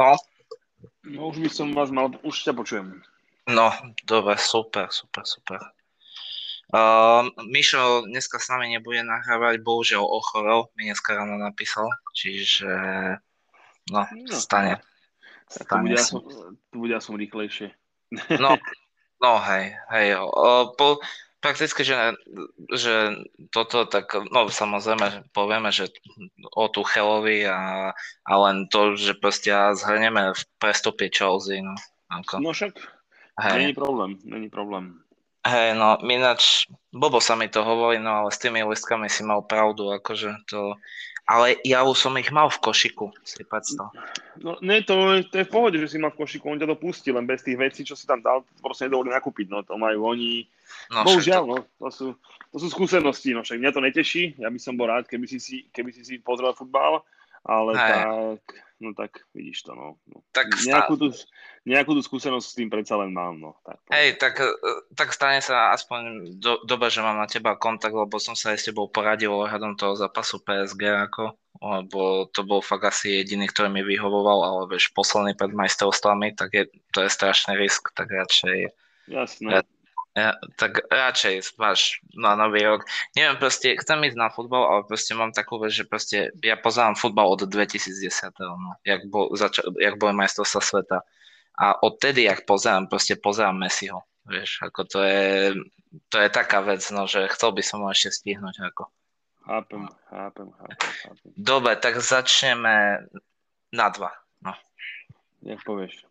No, No už by som vás mal, už ťa počujem. no, dobre, super. Mišo dneska s nami nebude nahrávať, bohužiaľ ochorel, mi dneska ráno napísal, čiže no, No, stane tak to bude, sa. to bude som rýchlejšie. No, no, hej, prakticky, že toto, tak, no, samozrejme, že povieme, že o Tuchelovi a len to, že proste zhrnieme v prestupe Chelsea, no, ako, No však, hej. není problém. Hej, no, ináč, blbo sa mi to hovorí, no ale s tými listkami si mal pravdu, akože to... Ale ja už som ich mal v košiku, si predstav. No nie, to je v pohode, že si ma v košiku, on ťa to pustí, len bez tých vecí, čo si tam dal, proste nedovolí nakúpiť, no to majú oni. No však to... Bohužiaľ, no, to sú skúsenosti, no však mňa to neteší, ja by som bol rád, keby si pozrel futbal, ale Hej, tak vidíš to, no. tak Nejakú tú skúsenosť s tým predsa len mám, no, tak hej, povedať. tak stane sa aspoň dobre, že mám na teba kontakt, lebo som sa aj s tebou poradil ohľadom toho zápasu PSG, ako, lebo to bol fakt asi jediný, ktorý mi vyhovoval, ale vieš, posledný pred majstrovstvami, tak to je strašný risk, tak radšej... Jasné. Tak radšej máš na nový rok. Neviem, proste chcem ísť na futbal, ale proste mám takú vec, že proste ja pozerám futbal od 2010. No, jak boli majstrovstvá sveta. A odtedy, jak pozerám Messiho. Vieš, ako to je taká vec, no, že chcel by som ho ešte stihnúť. Ako. Chápem. Dobre, tak začneme na dva. No. Jak povieš.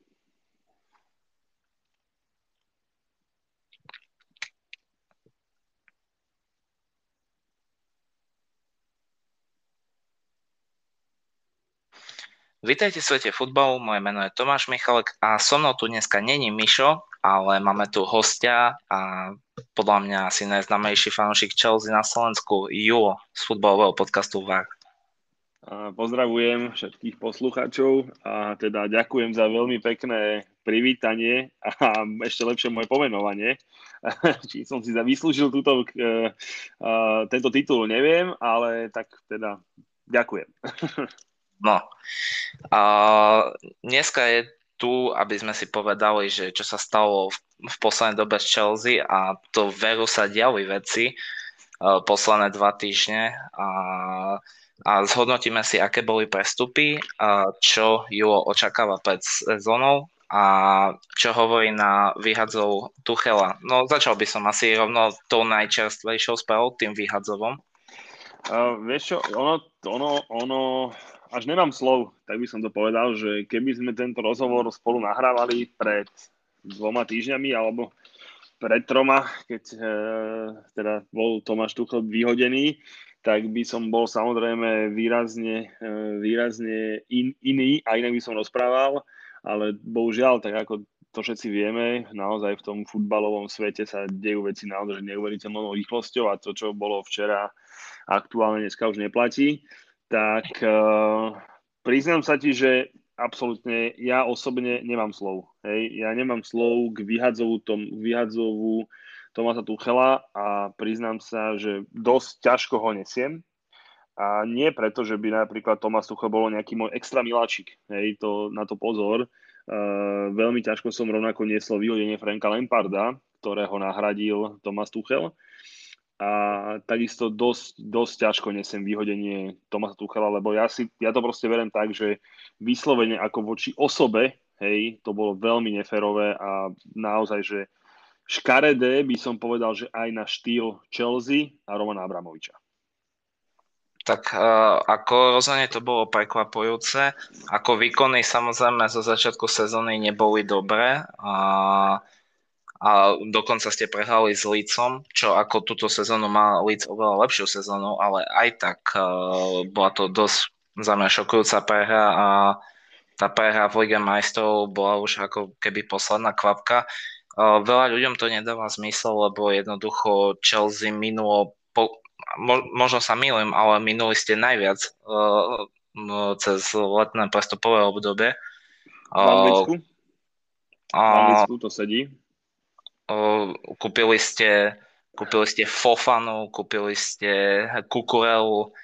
Vítajte v svete futbalu, moje meno je Tomáš Michalek a so mnou tu dneska není Mišo, ale máme tu hostia a podľa mňa asi najznámejší fanúšik Chelsea na Slovensku, Julo z futbalového podcastu VAR. A pozdravujem všetkých poslucháčov a teda ďakujem za veľmi pekné privítanie a ešte lepšie moje pomenovanie. Či som si vyslúžil tento titul, neviem, ale tak teda ďakujem. No, a dneska je tu, aby sme si povedali, že čo sa stalo v poslednej dobe s Chelsea a to veru sa diali veci posledné 2 týždne a zhodnotíme si, aké boli prestupy, čo Julo očakáva pred sezónou a čo hovorí na vyhadzov Tuchela. No začal by som asi rovno tou najčerstvejšou správou, tým vyhadzovom. Vieš čo, ono, až nemám slov, tak by som to povedal, že keby sme tento rozhovor spolu nahrávali pred 2 týždňami alebo pred 3, keď teda bol Tomáš Tuchel vyhodený, tak by som bol samozrejme výrazne iný a inak by som rozprával, ale bohužiaľ, tak ako to všetci vieme, naozaj v tom futbalovom svete sa dejú veci naozaj neuveriteľnou rýchlosťou a to, čo bolo včera, aktuálne dneska už neplatí. Tak priznám sa ti, že absolútne ja osobne nemám slov. Hej? Ja nemám slov k vyhadzovu Tomasa Tuchela a priznám sa, že dosť ťažko ho nesiem. A nie preto, že by napríklad Tomas Tuchel bol nejaký môj extra miláčik. Hej, na to pozor. Veľmi ťažko som rovnako niesol vyhodenie Franka Lamparda, ktorého nahradil Tomas Tuchel. A takisto dosť ťažko nesem vyhodenie Tomasa Tuchela, lebo ja to proste verím tak, že vyslovene ako voči osobe, hej, to bolo veľmi neférové a naozaj, že škaredé by som povedal, že aj na štýl Chelsea a Romana Abramoviča. Tak ako rozhodne to bolo prekvapujúce. Ako výkony samozrejme zo začiatku sezóny neboli dobré a dokonca ste prehrali s Lícom, čo ako túto sezónu má Líc oveľa lepšiu sezónu, ale aj tak bola to dosť za mňa šokujúca prehra a tá prehra v Lige majstrov bola už ako keby posledná kvapka. Veľa ľuďom to nedáva zmysel, lebo jednoducho Chelsea minulo, možno sa mýlim, ale minuli ste najviac cez letné prestupové obdobie. V Anglicku? V Anglicku to sedí. Kúpili ste Fofanu, kúpili ste Kukurelu,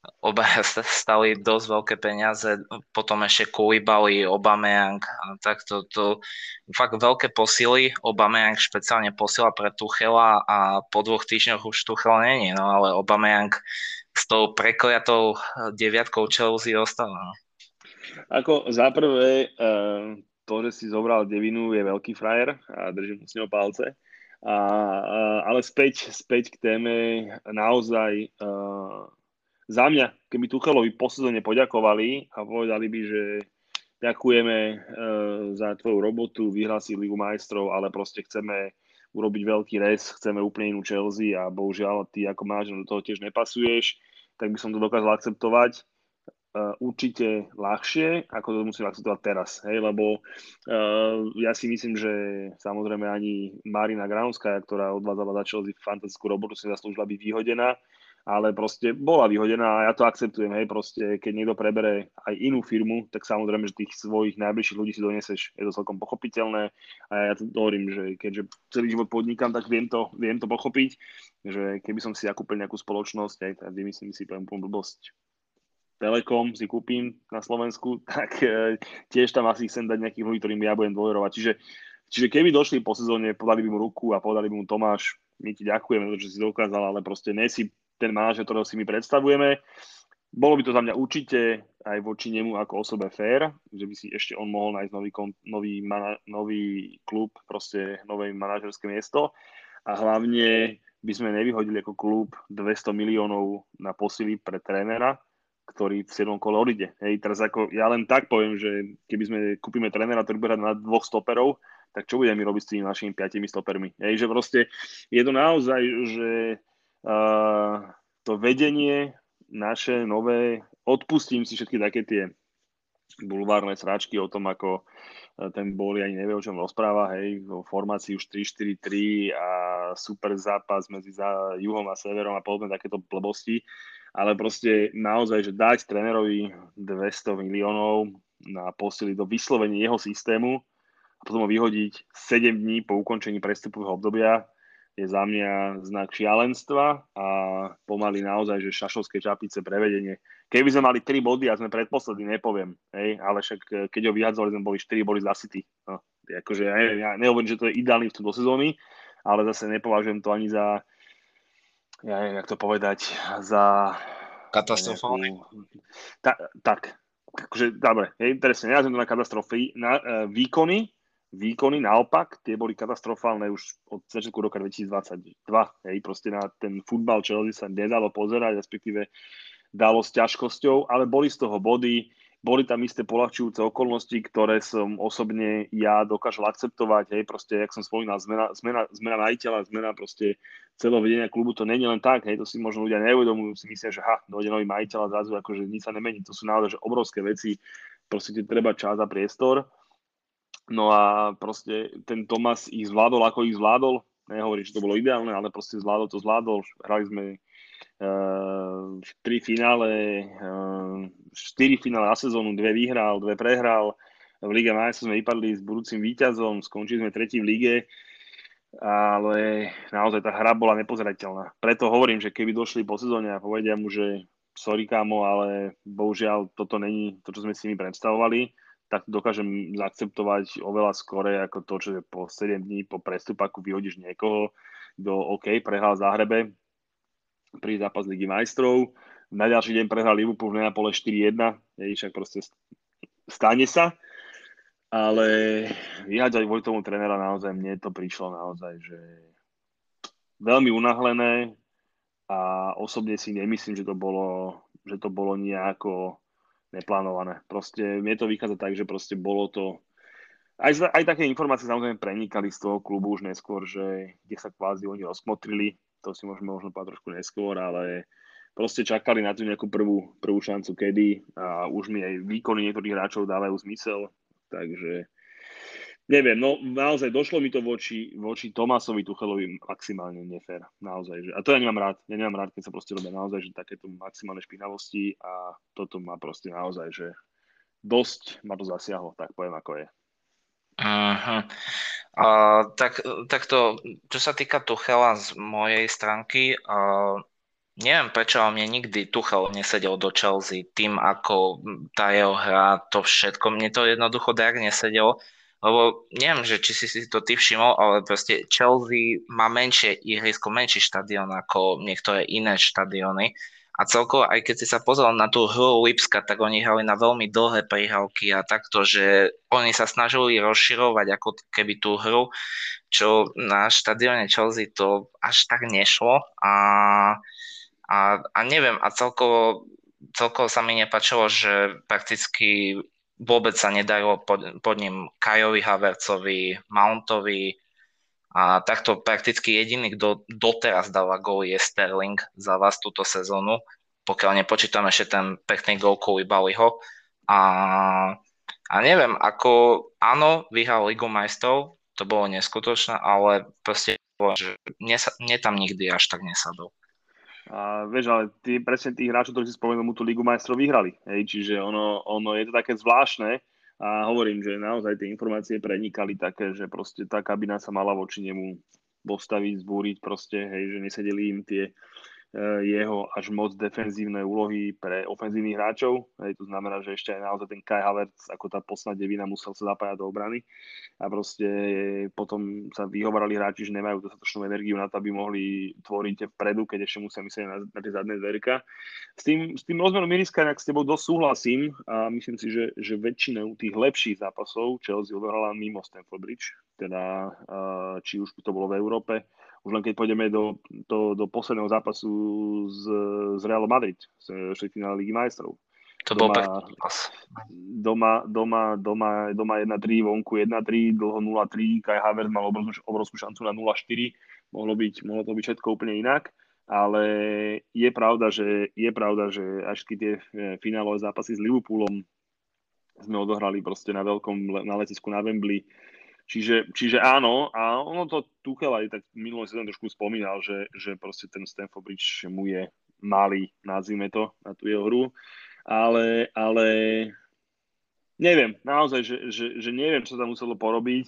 Obaja stali dosť veľké peniaze, potom ešte Koulibaly, Aubameyang, a tak to fakt veľké posily. Aubameyang špeciálne posila pre Tuchela a po 2 týždňoch už Tuchel není, no ale Aubameyang s tou prekliatou deviatkou Chelsea ostáva. No. Ako za prvé, to, že si zobral devinu, je veľký frajer a držím mu s ňou palce. Ale späť k téme, naozaj za mňa, keby Tuchelovi po sezóne poďakovali a povedali by, že ďakujeme za tvoju robotu, vyhral si Ligu majstrov, ale proste chceme urobiť veľký rez, chceme úplne inú Chelsea a bohužiaľ ty ako manažer do toho tiež nepasuješ, tak by som to dokázal akceptovať určite ľahšie, ako to musím akceptovať teraz, hej, lebo ja si myslím, že samozrejme ani Marina Granovská, ktorá odvádzala za Chelsea fantastickú robotu, si zaslúžila byť vyhodená, ale proste bola vyhodená a ja to akceptujem, hej, proste keď niekto prebere aj inú firmu, tak samozrejme, že tých svojich najbližších ľudí si doneseš, je to celkom pochopiteľné a ja to hovorím, že keďže celý život podnikám, tak viem to pochopiť, že keby som si ja kúpil nejakú spoločnosť, aj tak vymyslím si poviem blbosť, Telekom si kúpim na Slovensku, tak tiež tam asi chcem dať nejakých ľudí, ktorým ja budem dôverovať. Čiže keby došli po sezóne, podali by mu ruku a povedali by mu Tomáš, my ti ďakujeme za to, že si dokázal, ale proste nie si ten manažer, ktorého si my predstavujeme. Bolo by to za mňa určite aj voči nemu ako osobe fér, že by si ešte on mohol nájsť nový klub, proste nové manažerské miesto a hlavne by sme nevyhodili ako klub 200 miliónov na posily pre trénera, ktorý v 7. kole odíde. Hej, teraz ako ja len tak poviem, že keby sme kúpime trénera, ktorý bude hrať na 2 stoperov, tak čo budeme robiť s tými našimi 5 stopermi? Hej, že proste je to naozaj, že to vedenie naše nové, odpustím si všetky také tie bulvárne sráčky o tom, ako ten Boli ani nevie, o čom rozpráva, hej, vo formácii už 3-4-3 a super zápas medzi juhom a severom a podobne takéto blbosti. Ale proste naozaj, že dať trénerovi 200 miliónov na posily do vyslovenia jeho systému a potom ho vyhodiť 7 dní po ukončení prestupového obdobia je za mňa znak šialenstva a pomaly naozaj, že šašovské čapice prevedenie. Keby sme mali 3 body a sme predposlední, nepoviem, hej, ale však keď ho vyhadzovali, sme boli 4 body za City. No, akože ja nehovorím, že to je ideálny v do sezóny, ale zase nepovažujem to ani za, ja neviem, jak to povedať, za Katastrofálne. Tak, akože, dobre, presne, nenazvem to na katastrofy, výkony naopak, tie boli katastrofálne už od začiatku roka 2022, hej, proste na ten futbal Chelsea sa nedalo pozerať, respektíve dalo s ťažkosťou, ale boli z toho body, boli tam isté poľahčujúce okolnosti, ktoré som osobne ja dokážel akceptovať, hej, proste, jak som spomínal, zmena majiteľa, zmena proste celého vedenia klubu, to nie je len tak, hej, to si možno ľudia neuvedomujú, si myslia, že dojde nový majiteľ a zrazu akože nič sa nemení, to sú naozaj že obrovské veci, proste ti treba čas a priestor. No a proste ten Thomas ich zvládol, ako ich zvládol, nehovorím, že to bolo ideálne, ale proste zvládol, hrali sme 3 finále, 4 finále na sezónu, 2 vyhral, 2 prehral. V Lige majstrov sme vypadli s budúcim víťazom, skončili sme 3. v lige, ale naozaj tá hra bola nepozerateľná. Preto hovorím, že keby došli po sezóne a povedia mu, že sorry kámo, ale bohužiaľ toto není to, čo sme si my predstavovali, tak dokážem zaakceptovať oveľa skore ako to, že po 7 dní po prestupaku vyhodíš niekoho, kto OK, prehral v Záhrebe, pri zápas Ligy majstrov. Na ďalší deň prehral Liverpool v Neapole 4-1, však proste stane sa. Ale vyhádzať Vojtovmu trénera naozaj, mne to prišlo naozaj, že veľmi unáhlené a osobne si nemyslím, že to bolo nejako neplánované. Proste mne to vychádza tak, že proste bolo to aj také informácie samozrejme prenikali z toho klubu už neskôr, že kde sa kvázi oni rozkmotrili, to si môžeme možno povedať trošku neskôr, ale proste čakali na tú nejakú prvú šancu kedy a už mi aj výkony niektorých hráčov dávajú zmysel, takže neviem, no naozaj došlo mi to voči Tomásovi Tuchelovi maximálne nefér, naozaj, že, a to ja nemám rád, keď sa proste robia naozaj, že takéto maximálne špinavosti a toto ma proste naozaj, že dosť ma to zasiahlo, tak poviem ako je. Uh-huh. Tak to, čo sa týka Tuchela z mojej stránky, neviem prečo, ale mne nikdy Tuchel nesedel do Chelsea tým, ako tá jeho hra, to všetko, mne to jednoducho tak nesedelo, lebo neviem, že či si to ty všimol, ale proste Chelsea má menšie ihrisko, menší štadión ako niektoré iné štadióny a celkovo, aj keď si sa pozrel na tú hru Lipska, tak oni hrali na veľmi dlhé prihrávky a takto, že oni sa snažili rozširovať ako keby tú hru, čo na štadióne Chelsea to až tak nešlo a neviem, a celkovo sa mi nepáčilo, že prakticky vôbec sa nedarilo pod ním Kajovi Havertzovi, Mountovi a takto prakticky jediný, kto doteraz dáva gól je Sterling za vás túto sezónu, pokiaľ nepočítame ešte ten pekný gól Koulibalyho. A, a neviem, ako áno, vyhral Ligu majstrov, to bolo neskutočné, ale proste že mne tam nikdy až tak nesadol. A vieš, ale presne tých hráčov, ktorí si spomenul, mu tú Ligu majstrov vyhrali. Hej? Čiže ono je to také zvláštne a hovorím, že naozaj tie informácie prenikali také, že proste tá kabina sa mala voči nemu postaviť, zbúriť proste, hej, že nesedeli im tie jeho až moc defenzívne úlohy pre ofenzívnych hráčov. Hej, to znamená, že ešte aj naozaj ten Kai Havertz ako tá posledná devina musel sa zapájať do obrany a proste potom sa vyhovorali hráči, že nemajú dostatočnú energiu na to, aby mohli tvoriť vpredu, keď ešte musia myslieť na tie zadné dverka. S tým rozmerom ihriska s tebou dosť súhlasím a myslím si, že väčšinou tých lepších zápasov Chelsea odohrala mimo Stamford Bridge, teda či už to bolo v Európe. Už len keď pôjdeme do posledného zápasu z Realom Madrid, z štvrťfinále Ligy majstrov. To bol pekný pas. Doma 1-3, vonku 1-3, dlho 0-3, Kai Havertz mal obrovskú šancu na 0-4, mohlo to byť všetko úplne inak, ale je pravda, že až keď tie finálové zápasy s Liverpoolom sme odohrali proste na letisku na Wembley. Čiže áno, a ono to Tuchel aj tak minulý sezón trošku spomínal, že proste ten Stamford Bridge mu je malý, nazvime to, na tú jeho hru. Ale neviem, naozaj, že neviem, čo tam muselo porobiť.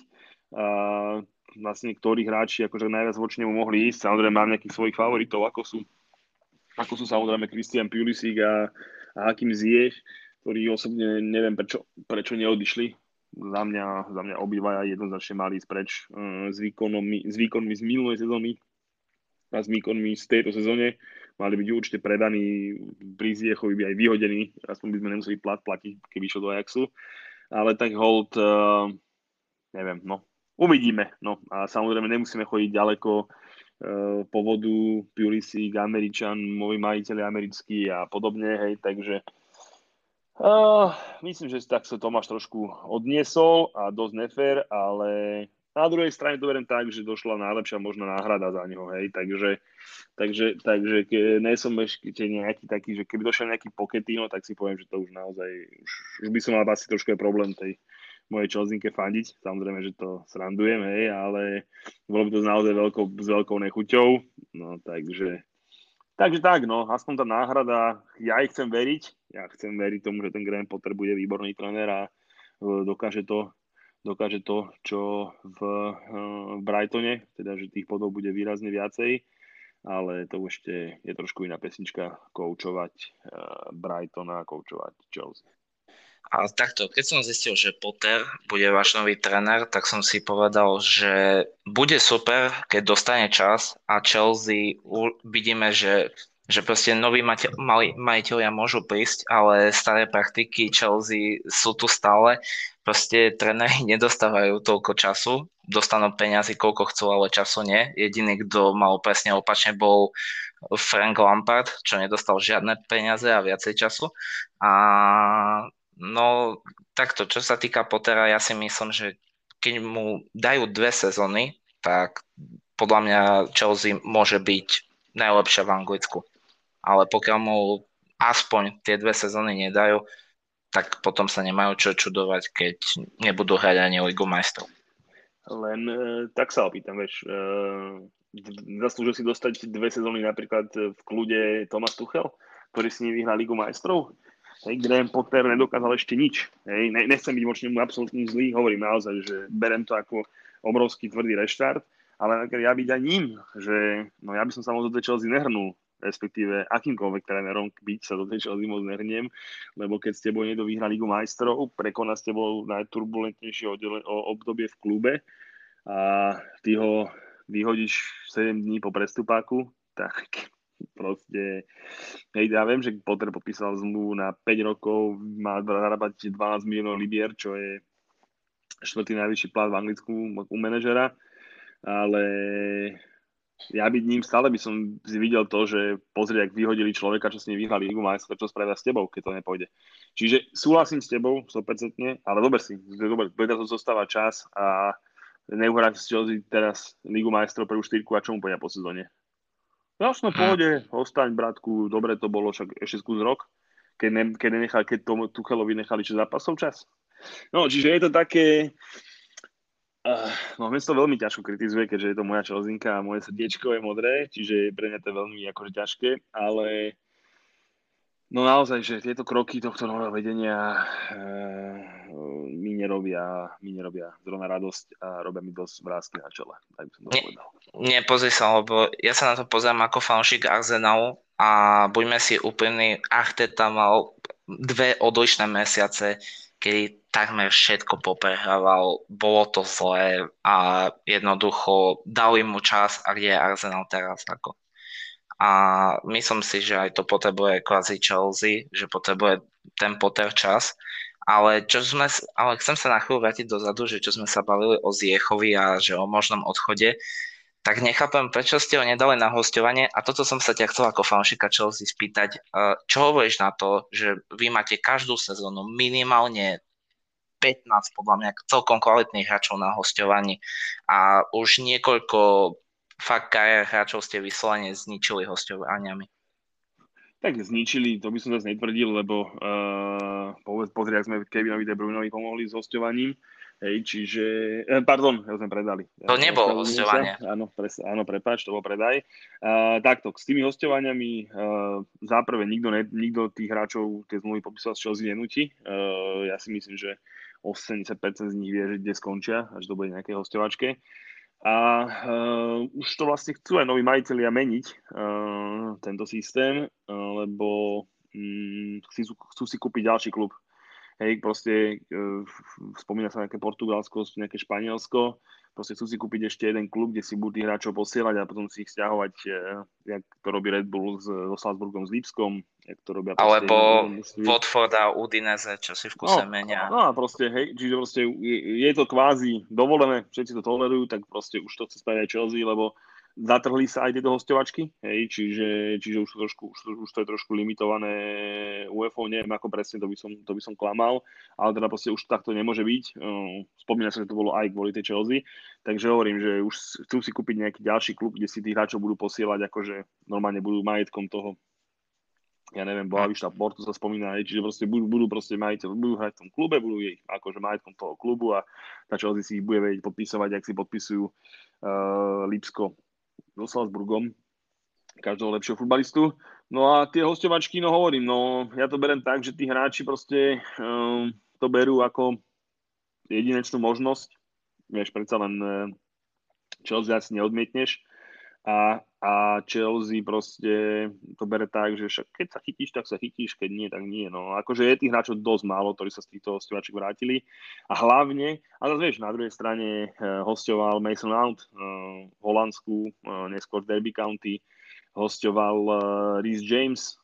Vlastne ktorí hráči akože najviac voči nemu mohli ísť. Samozrejme mám nejakých svojich favoritov, ako sú samozrejme Christian Pulisic a Hakim Ziyech, ktorí osobne neviem, prečo neodišli. Za mňa obidvaja jednoznačne mali ísť preč s výkonmi z minulej sezóny a s výkonmi z tejto sezóne. Mali byť určite predaní, pri Ziyechovi by aj vyhodení, aspoň by sme nemuseli platiť, keby išiel do Ajaxu. Ale tak hold, neviem, no, uvidíme. No a samozrejme nemusíme chodiť ďaleko po vodu, Pulisic, Američan, moji majiteľi americkí a podobne, hej, takže myslím, že tak sa Tomáš trošku odniesol a dosť nefér, ale na druhej strane to beriem tak, že došla najlepšia možná náhrada za neho, hej, takže nie som ešte nejaký taký, že keby došiel nejaký Pochettino, tak si poviem, že to už naozaj, už by som mal asi trošku problém tej mojej Chelseanke fandiť, samozrejme, že to srandujem, hej, ale bolo by to naozaj s veľkou nechuťou, no takže tak, no, aspoň tá náhrada, ja chcem veriť tomu, že ten Graham Potter bude výborný tréner a dokáže to, čo v Brightone, teda, že tých bodov bude výrazne viacej, ale to ešte je trošku iná pesnička koučovať Brighton a koučovať Chelsea. A takto, keď som zistil, že Potter bude váš nový tréner, tak som si povedal, že bude super, keď dostane čas a Chelsea vidíme, že proste noví majiteľia môžu prísť, ale staré praktiky Chelsea sú tu stále. Proste tréneri nedostávajú toľko času, dostanú peniazy koľko chcú, ale času nie. Jediný, kto mal presne opačne, bol Frank Lampard, čo nedostal žiadne peniaze a viacej času. A no, takto, čo sa týka Pottera, ja si myslím, že keď mu dajú 2 sezóny, tak podľa mňa Chelsea môže byť najlepšia v Anglicku. Ale pokiaľ mu aspoň tie 2 sezóny nedajú, tak potom sa nemajú čo čudovať, keď nebudú hrať ani Ligu majstrov. Len tak sa opýtam, vieš, zaslúžil si dostať 2 sezóny napríklad v kľude Thomas Tuchel, ktorý si nevyhrá Ligu majstrov? Hej, Graham Potter nedokázal ešte nič. Hej, nechcem byť voči nemu absolútne zlý, hovorím naozaj, že berem to ako obrovský tvrdý reštart, ale ja byť aj ním, že no ja by som sa moc do tej Chelsea nehrnul. respektíve akýmkoľvek trénerom byť, sa do tej Chelsea moc nehrniem, lebo keď s tebou niekto vyhrá Ligu majstrov, prekoná s tebou najturbulentnejšie obdobie v klube a ty ho vyhodíš 7 dní po prestupáku, tak proste, hej, ja viem, že Potter podpísal zmluvu na 5 rokov, má zarábať 12 miliónov libier, čo je štvrtý najvyšší plat v Anglicku u manažera, ale ja byť ním stále by som si videl to, že pozri, ak vyhodili človeka, čo s ním vyhrali Ligu majstrov, čo spravia s tebou, keď to nepôjde. Čiže súhlasím s tebou 100%, ale dobre si, dobre, to zostáva čas a neuhrať s Chelsea teraz Ligu majstrov pre štyrku a čomu pôjde po sezóne. Jasno, pohode, ostaň, bratku, dobre to bolo, však ešte skús rok, keď tomu Tuchelovi nechali 6 zápasov čas. No, čiže je to také, no mne to veľmi ťažko kritizuje, keďže je to moja Chelseanka a moje srdiečko je modré, čiže pre mňa to je veľmi akože ťažké, ale no naozaj, že tieto kroky tohto nového vedenia mi nerobia zrovna radosť a robia mi dosť vrásky na čele, tak by som to povedal. Nepozri sa, lebo ja sa na to pozerám ako fanúšik Arsenalu a buďme si úprimní, Arteta mal 2 odlišné mesiace, kedy takmer všetko poprehrával, bolo to zlé a jednoducho dali mu čas a kde je Arsenal teraz ako. A myslím si, že aj to potrebuje kvázi Chelsea, že potrebuje ten Potter čas. Ale chcem sa na chvíľu vrátiť dozadu, že čo sme sa bavili o Ziechovi a že o možnom odchode, tak nechápem, prečo ste ho nedali na hosťovanie a toto som sa ťa chcel ako fanšika Chelsea spýtať. Čo hovoríš na to, že vy máte každú sezónu minimálne 15 podľa mňa celkom kvalitných hráčov na hosťovaní a už niekoľko fakt kariér hráčov ste vyslovene zničili hosťovaniami. Tak zničili, to by som zase netvrdil, lebo pozri, ak sme Kevinovi De Bruynovi pomohli s hosťovaním. Hej, čiže, pardon, ja sme predali. To nebolo hosťovanie. Áno, prepáč, to bol predaj. Takto, s tými hosťovaniami záprve nikto tých hráčov tie zmluvy podpísal z Chelsea nenúti. Ja si myslím, že 80% z nich vie, že kde skončia, až to bude nejaké hosťovačke. A už to vlastne chcú aj noví majitelia meniť, tento systém, lebo chcú si kúpiť ďalší klub. Hej, proste spomína sa nejaké Portugalsko, nejaké Španielsko, proste chcú si kúpiť ešte jeden klub, kde si budú tých hráčov posielať a potom si ich stiahovať, jak to robí Red Bull so Salzburgom, s Lipskom, jak to robia proste... Alebo Watford a Udinese, čo si v kuse menia. No a proste, hej, čiže proste je to kvázi dovolené, všetci to tolerujú, tak proste už to chce spraviť aj Chelsea, lebo zatrhli sa aj tieto hosťovačky, hej, čiže už to je trošku limitované UEFA, neviem ako presne, to by som klamal, ale teda proste už takto nemôže byť. Spomína sa, že to bolo aj kvôli tej Chelsea, takže hovorím, že už chcú si kúpiť nejaký ďalší klub, kde si tých hráčov budú posielať, akože normálne budú majetkom toho, ja neviem, Boavista Porto sa spomína, čiže proste budú hrať v tom klube, budú ich akože majetkom toho klubu a tá Chelsea si ich bude vedieť podpisovať, ak si podpisujú Lipsko so Salzburgom, každého lepšieho futbalistu. No a tie hosťovačky, no hovorím, no ja to beriem tak, že tí hráči proste to berú ako jedinečnú možnosť. Vieš, predsa len Chelsea asi neodmietneš a Chelsea proste to bere tak, že však keď sa chytíš, tak sa chytíš, keď nie, tak nie. No akože je tých hráčov dosť málo, ktorí sa z týchto hosťovačiek vrátili a hlavne, ale vieš, na druhej strane hosťoval Mason Mount v Holandsku, neskôr Derby County, hosťoval Reece James,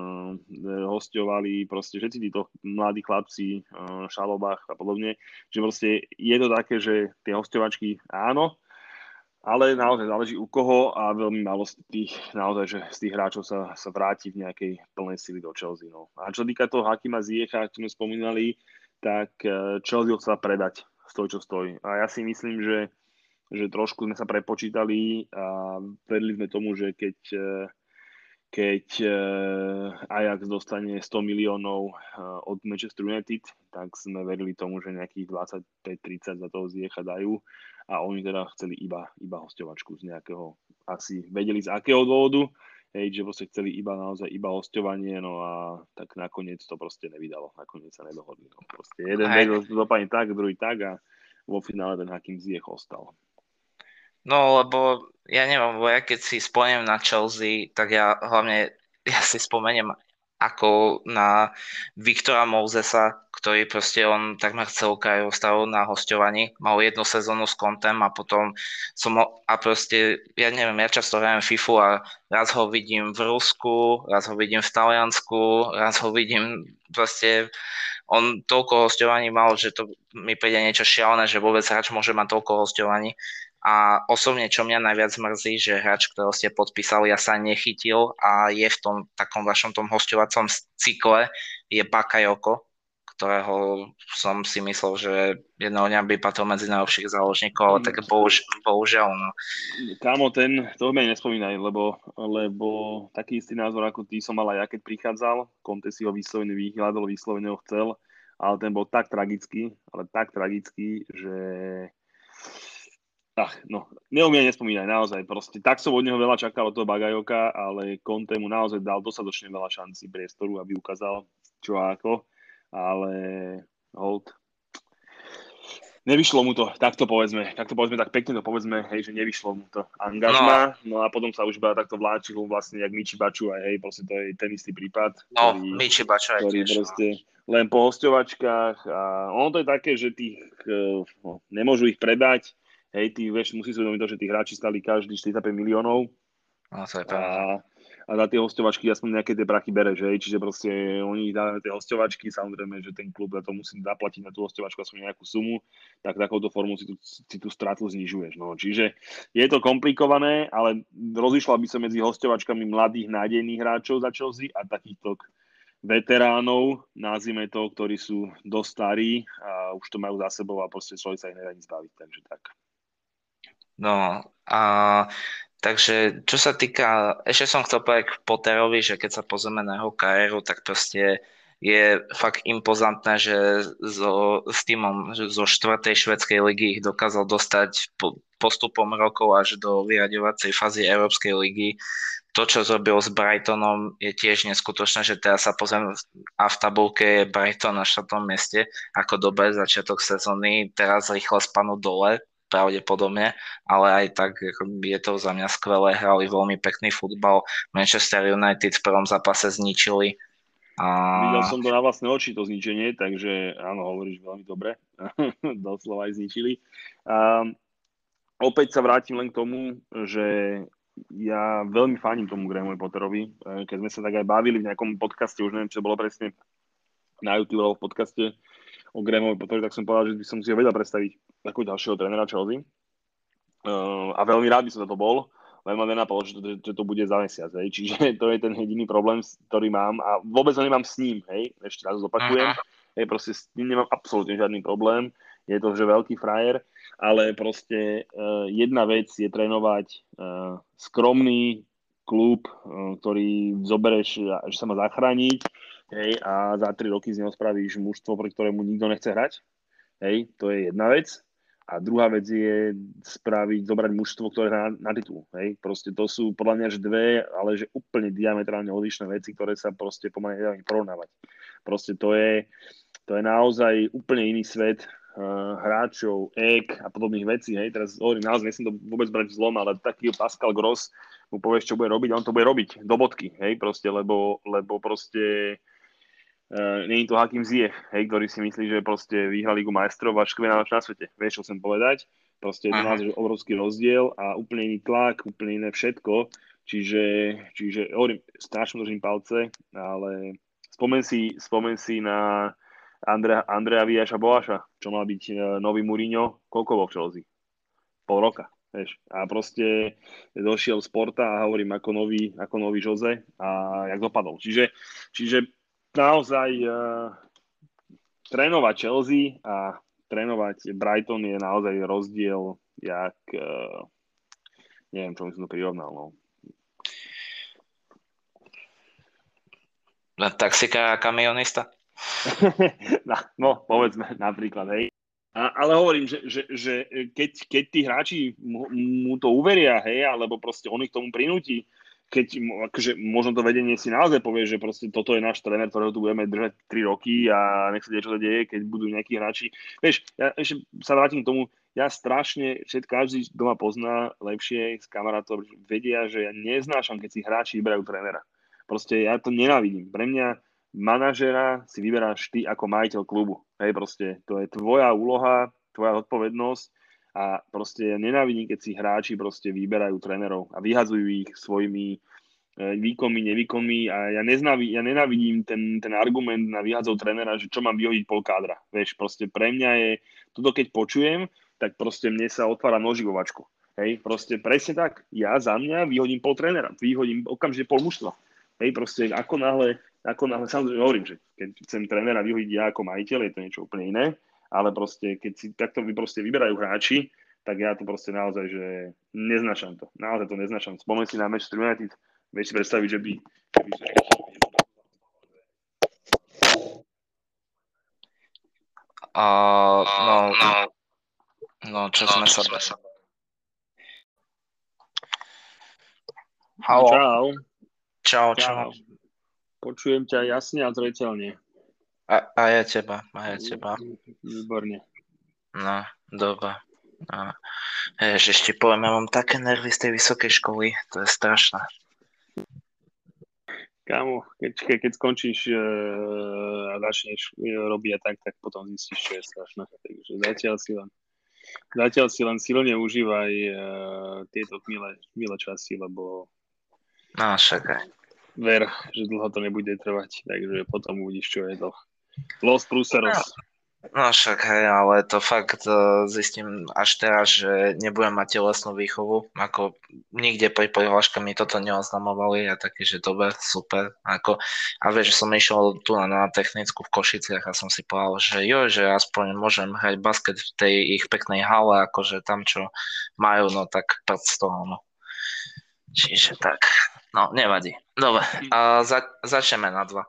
hosťovali proste všetci títo mladí chlapci, Šalobach a podobne, že proste je to také, že tie hosťovačky áno, ale naozaj záleží u koho a veľmi málo z tých hráčov sa vráti v nejakej plnej sily do Chelsea. No. A čo týka toho Hakima Ziecha, čo sme spomínali, tak Chelsea ho chcela predať, stoj čo stojí. A ja si myslím, že trošku sme sa prepočítali a verili sme tomu, že keď Ajax dostane 100 miliónov od Manchester United, tak sme verili tomu, že nejakých 25-30 za toho Ziecha dajú a oni teda chceli iba hosťovačku z nejakého, asi vedeli z akého dôvodu, že proste chceli naozaj iba hosťovanie, no a tak nakoniec to proste nevydalo, nakoniec sa nedohodli. No. Proste jeden vedel dopadne tak, druhý tak a vo finále ten Hakim Ziyech ostal. No, lebo ja neviem, lebo ja keď si spomeniem na Chelsea, tak ja si spomeniem ako na Viktora Mousesa, ktorý proste on takmer celú kariéru stavil na hosťovaní. Mal jednu sezónu s Contem a potom a proste, ja neviem, ja často hrajem FIFU a raz ho vidím v Rusku, raz ho vidím v Taliansku, raz ho vidím proste on toľko hosťovaní mal, že to mi príde niečo šialené, že vôbec hráč môže mať toľko hosťovaní. A osobne, čo mňa najviac mrzí, že hráč, ktorého ste podpísali, ja sa nechytil a je v tom takom vašom tom hosťovacom cykle, je Bakayoko, ktorého som si myslel, že jedného dňa by patril medzi najlepších záložníkov, ale tak bohužiaľ. No. Kámo, to mi nespomínaj, lebo taký istý názor ako ty som mal aj ja, keď prichádzal. Conte si ho vyslovene vyhľadol, vyslovene ho chcel, ale ten bol tak tragický, že neumiem nespomínať, naozaj. Proste tak som od neho veľa čakal, od toho Bagajoka, ale Conte mu naozaj dal dostatočne veľa šancí, priestoru, aby ukázal čo a ako, ale hold. Nevyšlo mu to, tak pekne to povedzme, hej, že nevyšlo mu to angažma, no a potom sa už takto vláčil vlastne jak Michi Batshuayi, hej, proste to je ten istý prípad, Michi Batshuayi ktorý tiež, proste len po hosťovačkách a ono to je také, že nemôžu ich predať, hej, vieš, musí si uvedomiť to, že tí hráči stali každý 45 miliónov to je pravda. A za tie hosťovačky aspoň nejaké tie prachy bereš, hej, čiže proste oni dávajú tie hosťovačky, samozrejme, že ten klub to musí zaplatiť na tú hosťovačku aspoň nejakú sumu, tak takouto formou si tú stratu znižuješ, no. Čiže je to komplikované, ale rozlišľal by som medzi hosťovačkami mladých nádejných hráčov za Chelsea a takýchto veteránov, nazvime to, ktorí sú dosť starí a už to majú za sebou a proste človek sa ich nedá nic zbaviť, takže tak. No a takže čo sa týka, ešte som chcel povedať k Potterovi, že keď sa pozrieme na jeho kariéru, tak proste je fakt impozantné, že s týmom zo 4. švédskej ligy ich dokázal dostať postupom rokov až do vyraďovacej fázy Európskej ligy. To, čo zrobil s Brightonom, je tiež neskutočné, že teraz sa pozriem a v tabulke je Brighton na 4. mieste, ako dobre začiatok sezóny, teraz rýchlo spadnú dole, pravdepodobne, ale aj tak je to za mňa skvelé, hrali veľmi pekný futbal. Manchester United v prvom zápase zničili. Videl som to na vlastné oči, to zničenie, takže áno, hovoríš veľmi dobre. Doslova aj zničili. Opäť sa vrátim len k tomu, že ja veľmi fánim tomu Grahamovi Potterovi. Keď sme sa tak aj bavili v nejakom podcaste, už neviem, čo bolo presne na YouTube alebo v podcaste o Grahamovi Potterovi, tak som povedal, že by som si ho vedel predstaviť ako ďalšieho trénera Chelsea. A veľmi rád by som to bol, len ma nenapadlo, že to bude za mesiac. Hej. Čiže to je ten jediný problém, ktorý mám a vôbec ho nemám s ním. Hej. Ešte raz zopakujem. Hej, proste s ním nemám absolútne žiadny problém. Je to, že veľký frajer, ale proste jedna vec je trénovať skromný klub, ktorý zobereš, že sa má zachrániť, hej, a za 3 roky z neho spravíš mužstvo, pre ktorému nikto nechce hrať. Hej, to je jedna vec. A druhá vec je zobrať mužstvo, ktoré hrá na titul. Hej. Proste to sú podľa mňa že dve, ale že úplne diametrálne odlišné veci, ktoré sa proste pomaly nedajú porovnávať. Proste to je naozaj úplne iný svet hráčov, a podobných vecí. Hej. Teraz hovorím, naozaj nechcem to vôbec brať zlom, ale taký Pascal Gross mu povieš, čo bude robiť, a on to bude robiť do bodky. Hej, proste, lebo proste nie je to Hakim Ziyech, hej, ktorý si myslí, že proste vyhrá Ligu majstrov a škvená na svete. Vieš, čo chcem povedať? Proste je to naozaj obrovský rozdiel a úplne iný tlak, úplne iné všetko. Čiže hovorím, strašne držím palce, ale spomen si na Andrea Viaša Boaša, čo mal byť nový Mourinho, koľko bol v Chelsea? Pol roka. Vieš. A proste došiel z Porta a hovorím ako nový Jose a jak dopadol. Čiže naozaj trénovať Chelsea a trénovať Brighton je naozaj rozdiel, jak neviem, čo by som to prirovnal. No. Taxikár a kamionista? No, povedzme napríklad, hej. Ale hovorím, že keď tí hráči mu to uveria, hej, alebo proste on ich k tomu prinúti, keď akože možno to vedenie si naozaj povie, že proste toto je náš tréner, ktorého tu budeme držať 3 roky a nech sa deje, čo sa deje, keď budú nejakí hráči. Vieš, ja ešte sa vrátim k tomu, ja strašne, každý doma pozná lepšie s kamarátov, vedia, že ja neznášam, keď si hráči vyberajú trénera. Proste ja to nenávidím. Pre mňa manažera si vyberáš ty ako majiteľ klubu. Hej, proste to je tvoja úloha, tvoja odpovednosť a proste ja nenávidím, keď si hráči proste vyberajú trénerov a vyhadzujú ich svojimi výkonmi, nevýkonmi a ja nenávidím ten argument na vyhadzov trénera, že čo mám vyhodiť pol kádra. Vieš, proste pre mňa je, toto keď počujem, tak proste mne sa otvára noživovačku. Hej, proste presne tak. Ja za mňa vyhodím pol trénera, vyhodím okamžite pol mužstva. Hej, proste ako náhle, samozrejme hovorím, že keď chcem trénera vyhodiť ja ako majiteľ, je to niečo úplne iné, ale proste keď si takto vyberajú hráči, tak ja to proste naozaj, že neznášam to. Naozaj to neznášam. Spomeň si na Manchester United, vieš si predstaviť, že by čo sme sa... Halo. Čau. Počujem ťa jasne a zreteľne. A ja teba. Výborne. No, dobre. Ešte poviem, ja mám také nervy z tej vysokej školy, to je strašné. Kámo, keď skončíš a začneš robiť tak potom zistíš, čo je strašné. Takže zatiaľ si len silne užívaj tieto milé časy, lebo však aj. Ver, že dlho to nebude trvať, takže potom uvidíš, čo je to. Los Pruseros. No však hej, ale to fakt zistím až teraz, že nebudem mať telesnú výchovu, ako nikde pri prihláške mi toto neoznamovali a taký, že dobre, super, ako a vieš, že som išiel tu na technickú v Košiciach a som si povedal, že aspoň môžem hrať basket v tej ich peknej hale, akože tam, čo majú, no tak prd z toho, no. Čiže tak, no nevadí. Dobre, začneme na 2.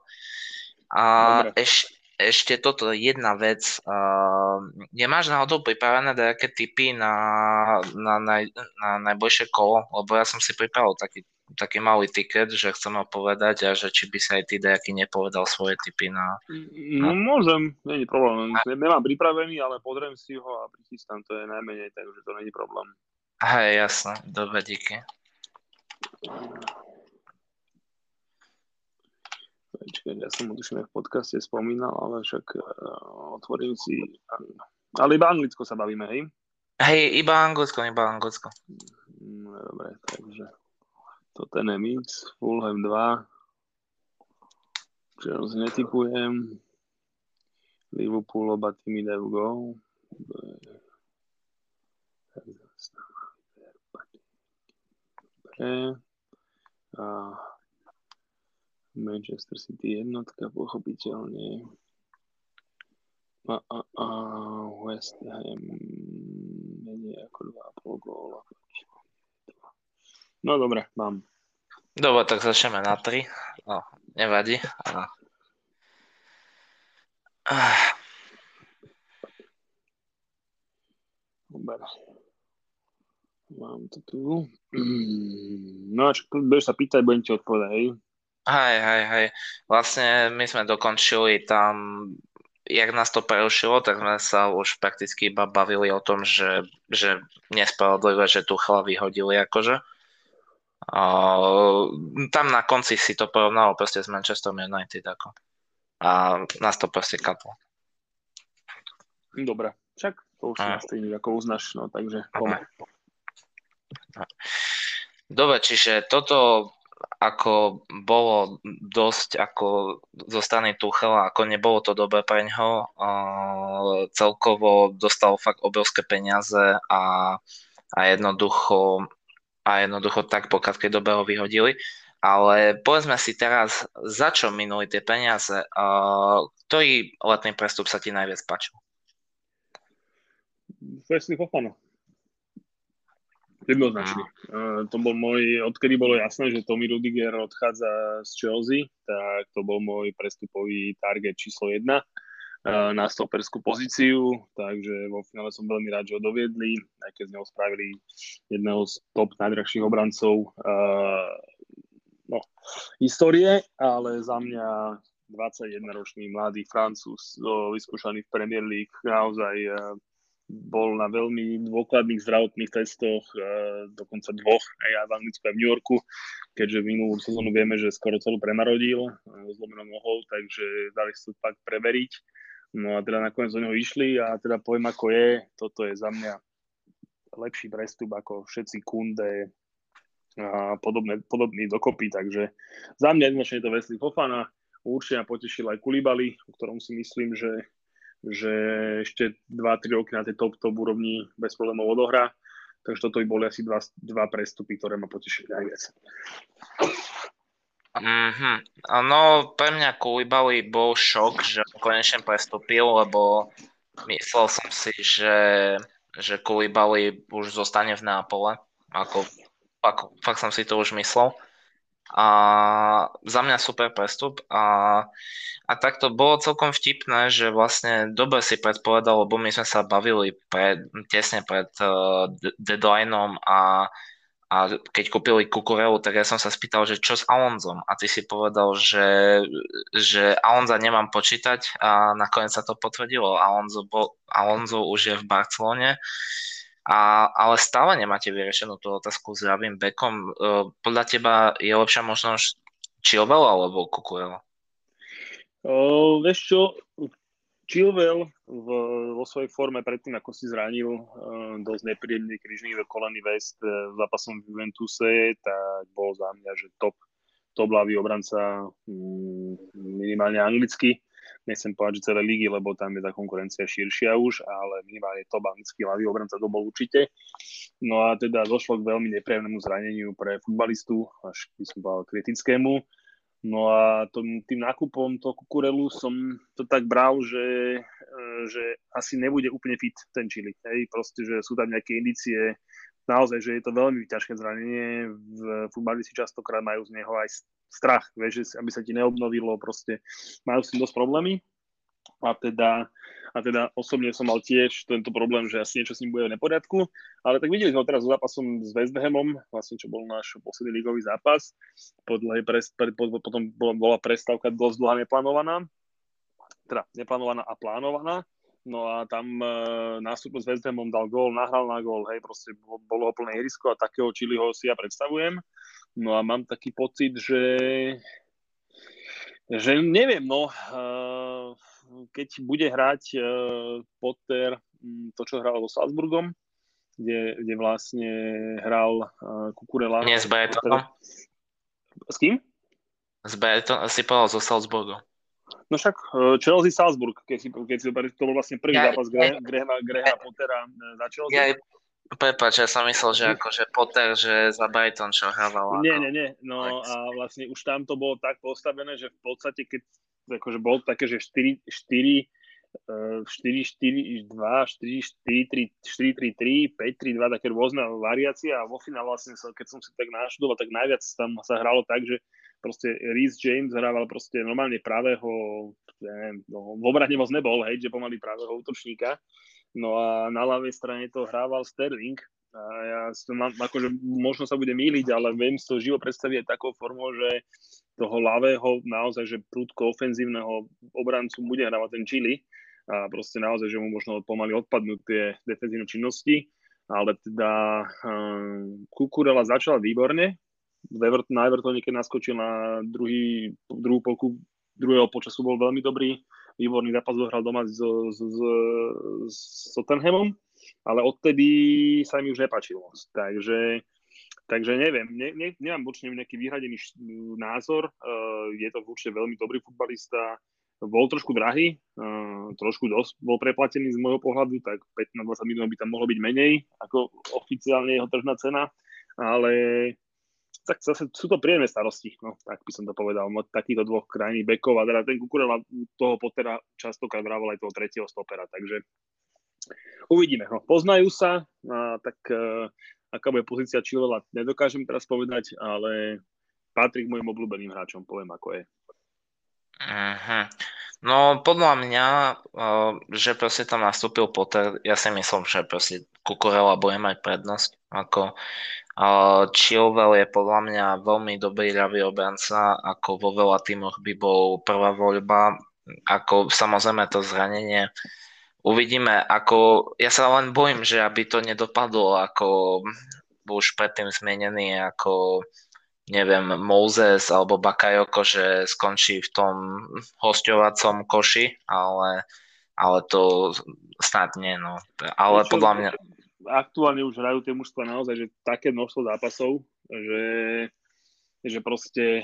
Ešte toto jedna vec. Nemáš náhodou pripravené nejaké tipy na najbližšie kolo? Lebo ja som si pripravil taký malý tiket, že chcem ho povedať a že či by sa aj ty nejaký nepovedal svoje tipy na... No môžem, nie je problém. Nemám pripravený, ale pozriem si ho a prichystám, to je najmenej, takže to nie je problém. Hej, jasné. Dobre, díky. Ja som ho tuším v podcaste spomínal, ale však otvorím si... Ale iba Anglicko sa bavíme, hej? Hej, iba Anglicko. No, dobre, takže Tottenham X, Fulham 2, Chelsea netipujem, Liverpool oba týmy dajú gól. A Manchester City jednotka, pochopiteľne. West Ham menej ako 2,5 góla. No dobre, mám. Dobre, tak začneme na 3. No, nevadí. Dobre. Mám to tu. No, čo budeš sa pýtať, budem ti odpovedať, hej? Hej. Vlastne my sme dokončili tam, jak nás to prerušilo, tak sme sa už prakticky iba bavili o tom, že nespravodlivé, že Tuchela vyhodili akože. Tam na konci si to porovnalo proste s Manchester United ako. A nás to proste katlo. Dobre, však to už si nastríniť, ako uznáš, no takže poďme. Dobre, čiže toto ako bolo dosť ako zo strany Tuchela, ako nebolo to dobré pre ňoho. Celkovo dostal fakt obrovské peniaze a jednoducho tak po krátkej dobe ho vyhodili. Ale povedzme si teraz, za čo minuli tie peniaze? Ktorý letný prestup sa ti najviac páčil? Wesley Fofana. Jednoznačne. To bol môj, odkedy bolo jasné, že Tommy Rudiger odchádza z Chelsea, tak to bol môj prestupový target číslo 1 na stoperskú pozíciu, takže vo finále som veľmi rád, že ho doviedli, aj keď z neho spravili jedného z top najdrahších obrancov histórie, ale za mňa 21-ročný mladý Francúz, vyskúšaný v Premier League, naozaj bol na veľmi dôkladných zdravotných testoch, dokonca dvoch, aj v Anglicku, aj v New Yorku, keďže minulú sezónu vieme, že skoro celú premarodil zlomenou nohou, takže dali sa to fakt preveriť. No a teda nakoniec do neho išli a teda poviem, ako je, toto je za mňa lepší prestup ako všetci Kunde a podobný dokopy, takže za mňa jednoznačne je to Wesley Fofana. Určite ma potešil aj Koulibaly, o ktorom si myslím, že ešte 2-3 roky na tej top úrovni bez problémov odohrá. Takže toto by boli asi dva prestupy, ktoré ma potešili najviac. No, pre mňa Koulibaly bol šok, že konečne prestúpil, lebo myslel som si, že Koulibaly už zostane v Nápole. Fakt som si to už myslel. A za mňa super prestup a takto bolo celkom vtipné, že vlastne dobre si predpovedal, lebo my sme sa bavili tesne pred deadlineom a keď kúpili Cucurellu, tak ja som sa spýtal, že čo s Alonzom a ty si povedal, že Alonza nemám počítať a nakoniec sa to potvrdilo. Alonso už je v Barcelone. Ale stále nemáte vyriešenú tú otázku s ľavým bekom. Podľa teba je lepšia možnosť Chilwell alebo Cucurella? Vieš čo, Chilwell vo svojej forme predtým, ako si zranil dosť nepríjemný krížny kolený vest zápasom v Juventuse, tak bol za mňa, že top ľavý obranca minimálne anglicky. Nechcem povedať, že celé ligy, lebo tam je tá konkurencia širšia už, ale minimálne top anglický ľavý obranca to bol určite. No a teda došlo k veľmi nepríjemnému zraneniu pre futbalistu, až by som povedal kritickému. No a tým nákupom toho Cucurellu som to tak bral, že asi nebude úplne fit ten Chile. Hej, proste, že sú tam nejaké indície, naozaj, že je to veľmi ťažké zranenie. Futbalisti častokrát majú z neho aj strach, vieš, aby sa ti neobnovilo, proste majú s tým dosť problémy. A teda osobne som mal tiež tento problém, že asi niečo s ním bude v neporiadku, ale tak videli sme teraz s zápasom s West Hamom, vlastne čo bol náš posledný ligový zápas, potom bola prestávka dosť dlhá neplánovaná a plánovaná, no a tam nástup s West Hamom dal gól, nahral na gól, hej, proste bolo plné ihrisko a takého Chiliho si ja predstavujem, no a mám taký pocit, že neviem, no, keď bude hrať Potter to, čo hral so Salzburgom, kde vlastne hral Cucurella. Nie s Brightonom. S kým? S Brightonom, si povedal so Salzburgom. No však Chelsea Salzburg, keď si to bol vlastne prvý zápas Grahama Pottera za Chelsea. Prepáč, ja som myslel, že akože Potter, že za Brighton čo hrával. Nie. No a vlastne už tam to bolo tak postavené, že v podstate, keď akože bolo také, že 4-4-2, 4-4-3, 5-3-2, také rôzne variácie a vo finále vlastne, keď som si tak naštudoval, tak najviac tam sa hralo tak, že proste Reece James hrával proste normálne pravého, neviem, v obrane moc nebol, hej, že pomaly pravého útočníka. No a na ľavej strane to hrával Sterling. A ja mám, akože možno sa bude mýliť, ale viem si to živo predstaviť aj takou formou, že toho ľavého naozaj, že prudko ofenzívneho obrancu bude hrávať ten Chile. A proste naozaj, že mu možno pomaly odpadnú tie defenzívne činnosti. Ale teda Cucurella začal výborne. Na Evertone, keď naskočil na druhú polku druhého počasu, bol veľmi dobrý. Výborný zápas dohral doma s Tottenhamom, ale odtedy sa mi už nepáčil moc. Takže neviem, nemám voči nemu nejaký vyhradený názor. Je to určite veľmi dobrý futbalista. Bol trošku drahý, trošku dosť bol preplatený z môjho pohľadu, tak 15-20 miliónov by tam mohlo byť menej ako oficiálne jeho tržná cena, ale tak zase sú to príjemné starosti, no, tak by som to povedal, takýchto dvoch krajných bekov a teda ten Cucurella toho Pottera častokrát vrával aj toho tretieho stopera, takže uvidíme, no, poznajú sa, tak aká bude pozícia Chilwella, nedokážem teraz povedať, ale patrí k mojim obľúbeným hráčom, poviem ako je. Uh-huh. No podľa mňa, že proste tam nastúpil Potter, ja si myslím, že proste Cucurella bude mať prednosť, ako Chilwell je podľa mňa veľmi dobrý ľavý obranca, ako vo veľa tímoch by bol prvá voľba, ako samozrejme to zranenie Uvidíme, ako... Ja sa len bojím, že aby to nedopadlo ako už predtým zmenený, ako neviem, Moses alebo Bakayoko, že skončí v tom hosťovacom koši, ale to snad nie, no. Ale Vieš čo, podľa mňa... aktuálne už hrajú tie mužstva naozaj, že také množstvo zápasov, že proste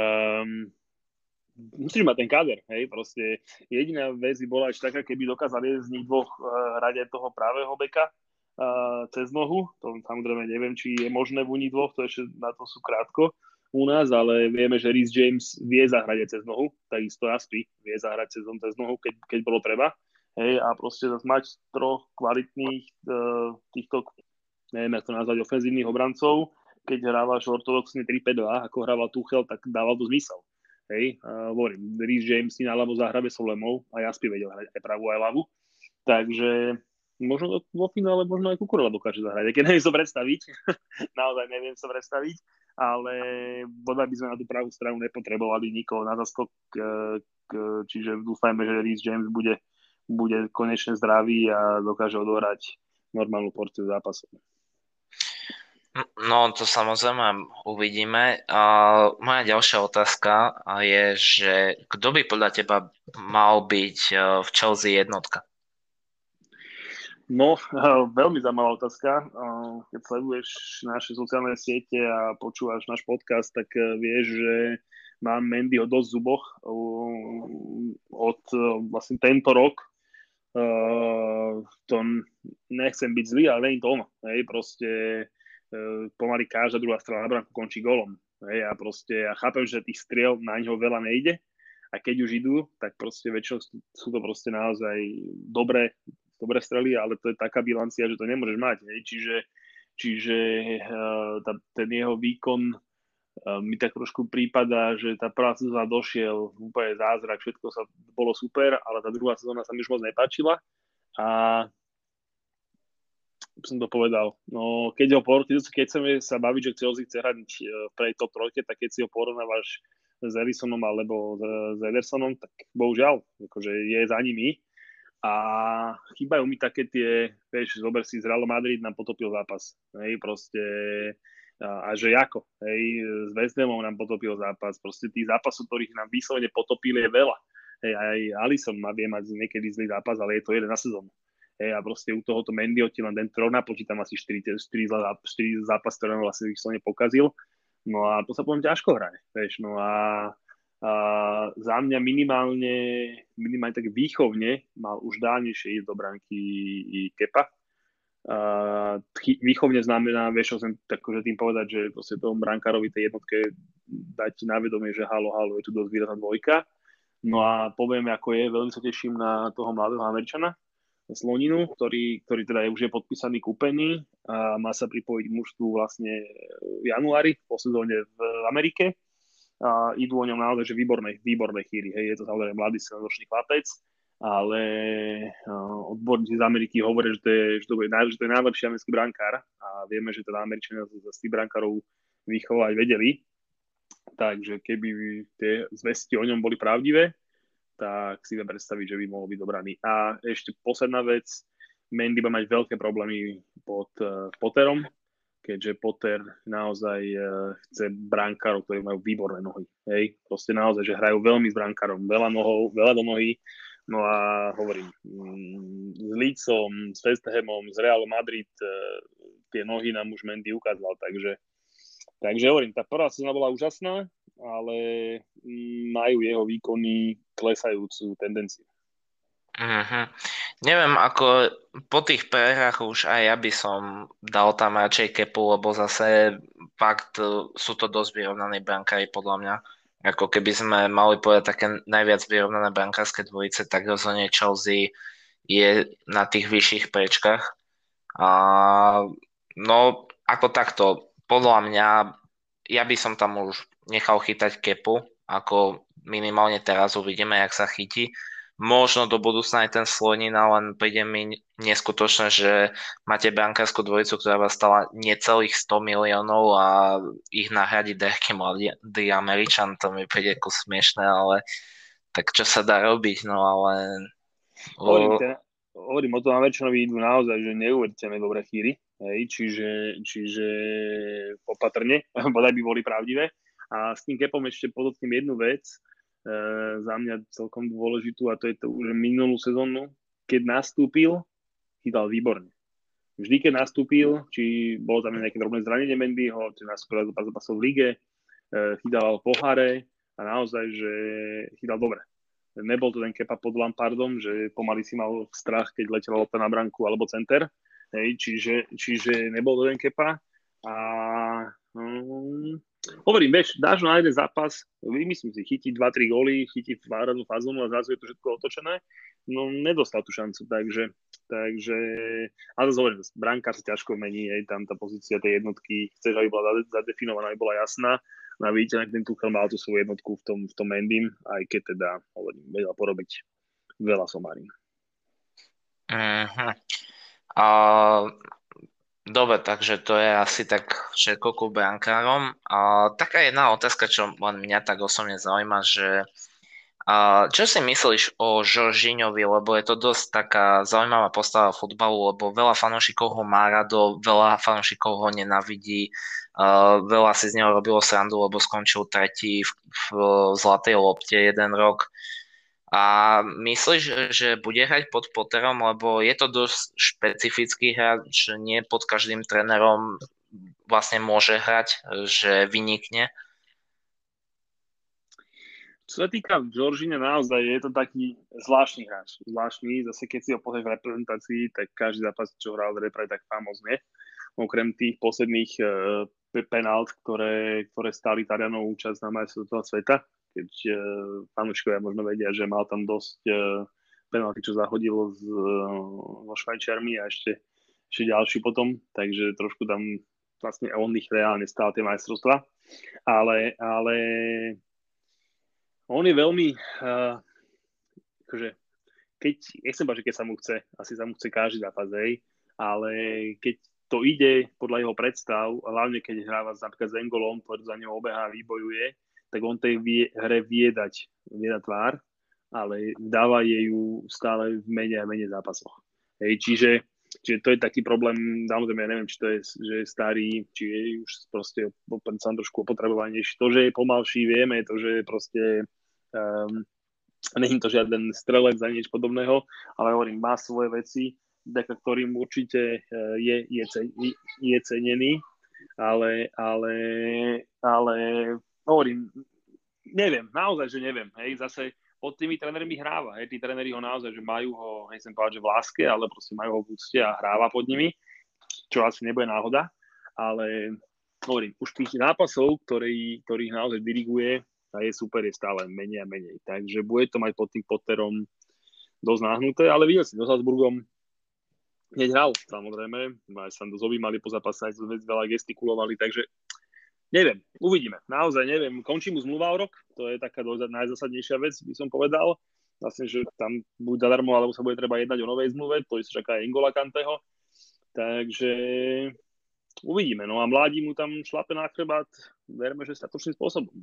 musíš mať ten káder, hej, proste jediná vec by bola ešte taká, keby dokázali z nich dvoch hrať aj toho pravého beka cez nohu, to samozrejme neviem, či je možné v nich dvoch, to ešte na to sú krátko u nás, ale vieme, že Reece James vie zahrať aj cez nohu, takisto Aspi vie zahrať cez nohu, keď bolo treba, hej, a proste zase mať troch kvalitných týchto, neviem, jak to nazvať, ofenzívnych obrancov, keď hrávaš ortodoxne 3-5-2, ako hrával Tuchel, tak dával to zmysel. Hej, hovorím, Reece James si naľavo zahrabe Solemov a Jaspi vedel hrať aj pravú, aj ľavú. Takže možno vo finále možno aj Kukurela dokáže zahrať. Keď neviem sa predstaviť, naozaj neviem sa predstaviť, ale bodaj by sme na tú pravú stranu nepotrebovali nikoho na zaskok, čiže dúfajme, že Reece James bude konečne zdravý a dokáže odohrať normálnu porciu zápasov. No, to samozrejme uvidíme. Moja ďalšia otázka je, že kto by podľa teba mal byť v Chelsea jednotka? No, veľmi zaujímavá otázka. Keď sleduješ naše sociálne siete a počúvaš náš podcast, tak vieš, že mám Mendyho dosť v zuboch od vlastne tento rok. To nechcem byť zlý, ale nie je to ono. Hej, proste pomaly každá druhá strana na bránku končí golom. Hej, a proste ja chápem, že tých striel na ňo veľa nejde a keď už idú, tak proste väčšinou sú to proste naozaj dobré strely, ale to je taká bilancia, že to nemôžeš mať. Hej. Čiže ten jeho výkon mi tak trošku prípada, že tá prvá sezóna došiel úplne zázrak, všetko bolo super, ale tá druhá sezóna sa mi už moc nepáčila a som to povedal. No, keď chceme sa baviť, že Chelsea chce hrať v tej top trojke, tak keď si ho porovnávaš s Elisonom alebo s Edersonom, tak bohužiaľ, akože je za nimi. A chýbajú mi také tie, vieš, zober si, z Real Madrid nám potopil zápas. Hej, proste, a že ako, hej, s West Hamom nám potopil zápas. Proste tých zápasov, ktorých nám vyslovene potopili, je veľa. Hej, aj Alisson vie mať niekedy zlý zápas, ale je to jeden na sezónu. Hej, a proste u tohoto Mendyho ti len ten trov napočítam asi 4 zápas, ktoré on vlastne vyslovene pokazil. No a to sa potom ťažko hraje, vieš, no a za mňa minimálne tak výchovne mal už dávnejšie ísť do branky Kepa. Výchovne znamená, vieš, som takže tým povedať, že proste tomu brankárovi tej jednotke dať na vedomie, že halo, je tu dosť výrazná dvojka. No a poviem, ako je, veľmi sa teším na toho mladého Američana, Sloninu, ktorý teda už je podpísaný, kúpený a má sa pripojiť k mužstvu vlastne v januári po sezóne v Amerike. A idú o ňom naozaj, že výbornej chýry. Hej, je to samozrejme mladý 17-ročný chlapec, ale odborníci z Ameriky hovoria, že to je najlepší americký brankár a vieme, že teda Američania z tých brankárov vychovať vedeli. Takže keby tie zvesti o ňom boli pravdivé, tak si viem predstaviť, že by mohol byť dobraný. A ešte posledná vec, Mendy má mať veľké problémy pod Potterom, keďže Potter naozaj chce brankárov, ktorí majú výborné nohy. Hej? Proste naozaj, že hrajú veľmi s brankárom, veľa do nohy. No a hovorím, s Leedsom, s West Hamom, s Real Madrid tie nohy nám už Mendy ukázal. Takže hovorím, tá prvá sezóna bola úžasná, ale majú jeho výkony klesajúcu tendenciu. Uh-huh. Neviem, ako po tých prehrách už aj ja by som dal tam radšej Kepu, lebo zase fakt sú to dosť vyrovnaní brankári podľa mňa. Ako keby sme mali povedať také najviac vyrovnané brankárske dvojice, tak rozhodne Chelsea je na tých vyšších prečkách. No, ako takto, podľa mňa, ja by som tam už nechal chytať Kepu, ako minimálne teraz uvidíme, jak sa chytí. Možno do budúcna aj ten Slonina, len príde mi neskutočné, že máte brankárskú dvojicu, ktorá vás stala necelých 100 miliónov a ich nahradí nejaký mladý Američan, to mi príde ako smiešné, ale tak čo sa dá robiť, no ale... hovorím o tom Američanovi idú naozaj, že neuveriteľne dobré chýry, hej, čiže opatrne, bodaj by boli pravdivé. A s tým Kepom ešte podotknem jednu vec, za mňa celkom dôležitú, a to je to už minulú sezónu, keď nastúpil, chytal výborne. Vždy, keď nastúpil, či bolo tam nejaké drobné zranenie Mendyho, či nastúpil zápasov v lige, chytal v poháre a naozaj, že chytal dobre. Nebol to ten Kepa pod Lampardom, že pomaly si mal strach, keď letela lopta na branku alebo center. Hej, čiže nebol to ten Kepa. A hovorím, vieš, dáš na jeden zápas, vymyslím si, chytí 2-3 góly, chytí váradnú fazónu a zrazu je to všetko otočené. No, nedostal tú šancu, takže ale zase hovorím, brankár sa ťažko mení, hej, tam tá pozícia tej jednotky, chceš, aby bola zadefinovaná, aby bola jasná. No a vidíte, ten Tuchel mal tú svoju jednotku v tom Mendym, aj keď teda, hovorím, vedel porobiť veľa somarín. Uh-huh. Dobre, takže to je asi tak všetko ku brankárom. Taká jedna otázka, čo len mňa tak osobne zaujíma, že čo si myslíš o Jorginhovi, lebo je to dosť taká zaujímavá postava futbalu, lebo veľa fanúšikov ho má rado, veľa fanúšikov ho nenávidí, veľa si z neho robilo srandu, lebo skončil tretí v zlatej lopte jeden rok. A myslíš, že bude hrať pod Potterom, lebo je to dosť špecifický hráč, nie pod každým trénerom vlastne môže hrať, že vynikne? Čo sa týka Jorginha, naozaj je to taký zvláštny hráč. Zvláštny, zase keď si ho pozrieš v reprezentácii, tak každý zápas, čo hral v repre, tak famózne. Okrem tých posledných penalt, ktoré stali Talianov účasť na majstrovstvá sveta, keď fanúšikovia možno vedia, že mal tam dosť penalty, čo zahodilo vo Švajčiarmi a ešte ďalší potom, takže trošku tam vlastne on ich reálne stál tie majstrovstvá. Ale on je veľmi akože, nechcem povedať, že keď sa mu chce, asi sa mu chce každý zápas, ale keď to ide podľa jeho predstav, hlavne keď hráva napríklad s Engolom, ktorý za neho obehá, výbojuje, tak on tej hre vie dať tvár, ale dáva jej ju stále v menej a menej zápasoch. Čiže to je taký problém, samozrejme, ja neviem, či to je, že je starý, či je už proste sa trošku opotrebovanejší. To, že je pomalší, vieme, to, že je proste není to žiaden strelec ani nič podobného, ale hovorím, má svoje veci, vďaka ktorým určite je cenený, ale hovorím, neviem, naozaj, že neviem. Hej, zase pod tými trénermi hráva. Hej, tí tréneri ho naozaj, že majú ho, nechcem povedať, že v láske, ale proste majú ho v úcte a hráva pod nimi, čo asi nebude náhoda, ale hovorím, už tých zápasov, ktorých naozaj diriguje, a je super, je stále menej a menej. Takže bude to mať pod tým Potterom dosť náhnuté, ale videl si, so Salzburgom hneď hral, samozrejme, aj sa dosť objímali po zápase, aj veľa gestikulovali, takže neviem, uvidíme. Naozaj neviem, končí mu zmluva o rok, to je taká najzásadnejšia vec, by som povedal. Vlastne, že tam buď zadarmo, alebo sa bude treba jednať o novej zmluve, to je čaká aj N'Gola Kanteho. Takže uvidíme. No a mladí mu tam šlape na chrbát, verme, že statočným spôsobom.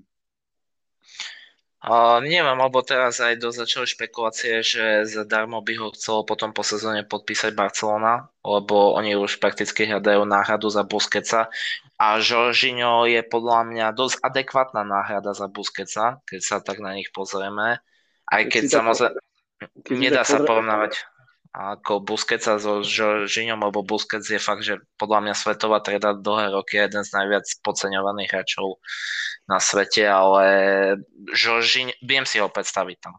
Neviem, lebo teraz aj začali špekulácie, že zadarmo by ho chcelo potom po sezóne podpísať Barcelona, lebo oni už prakticky hľadajú náhradu za Busquetsa a Jorginho je podľa mňa dosť adekvátna náhrada za Busquetsa, keď sa tak na nich pozrieme. Aj keď samozrejme nedá sa porovnávať ako Busquetsa so Jorginhom, lebo Busquets je fakt, že podľa mňa svetová trieda dlhé roky je jeden z najviac podceňovaných hráčov na svete, ale Jorginho, viem si ho predstaviť tam.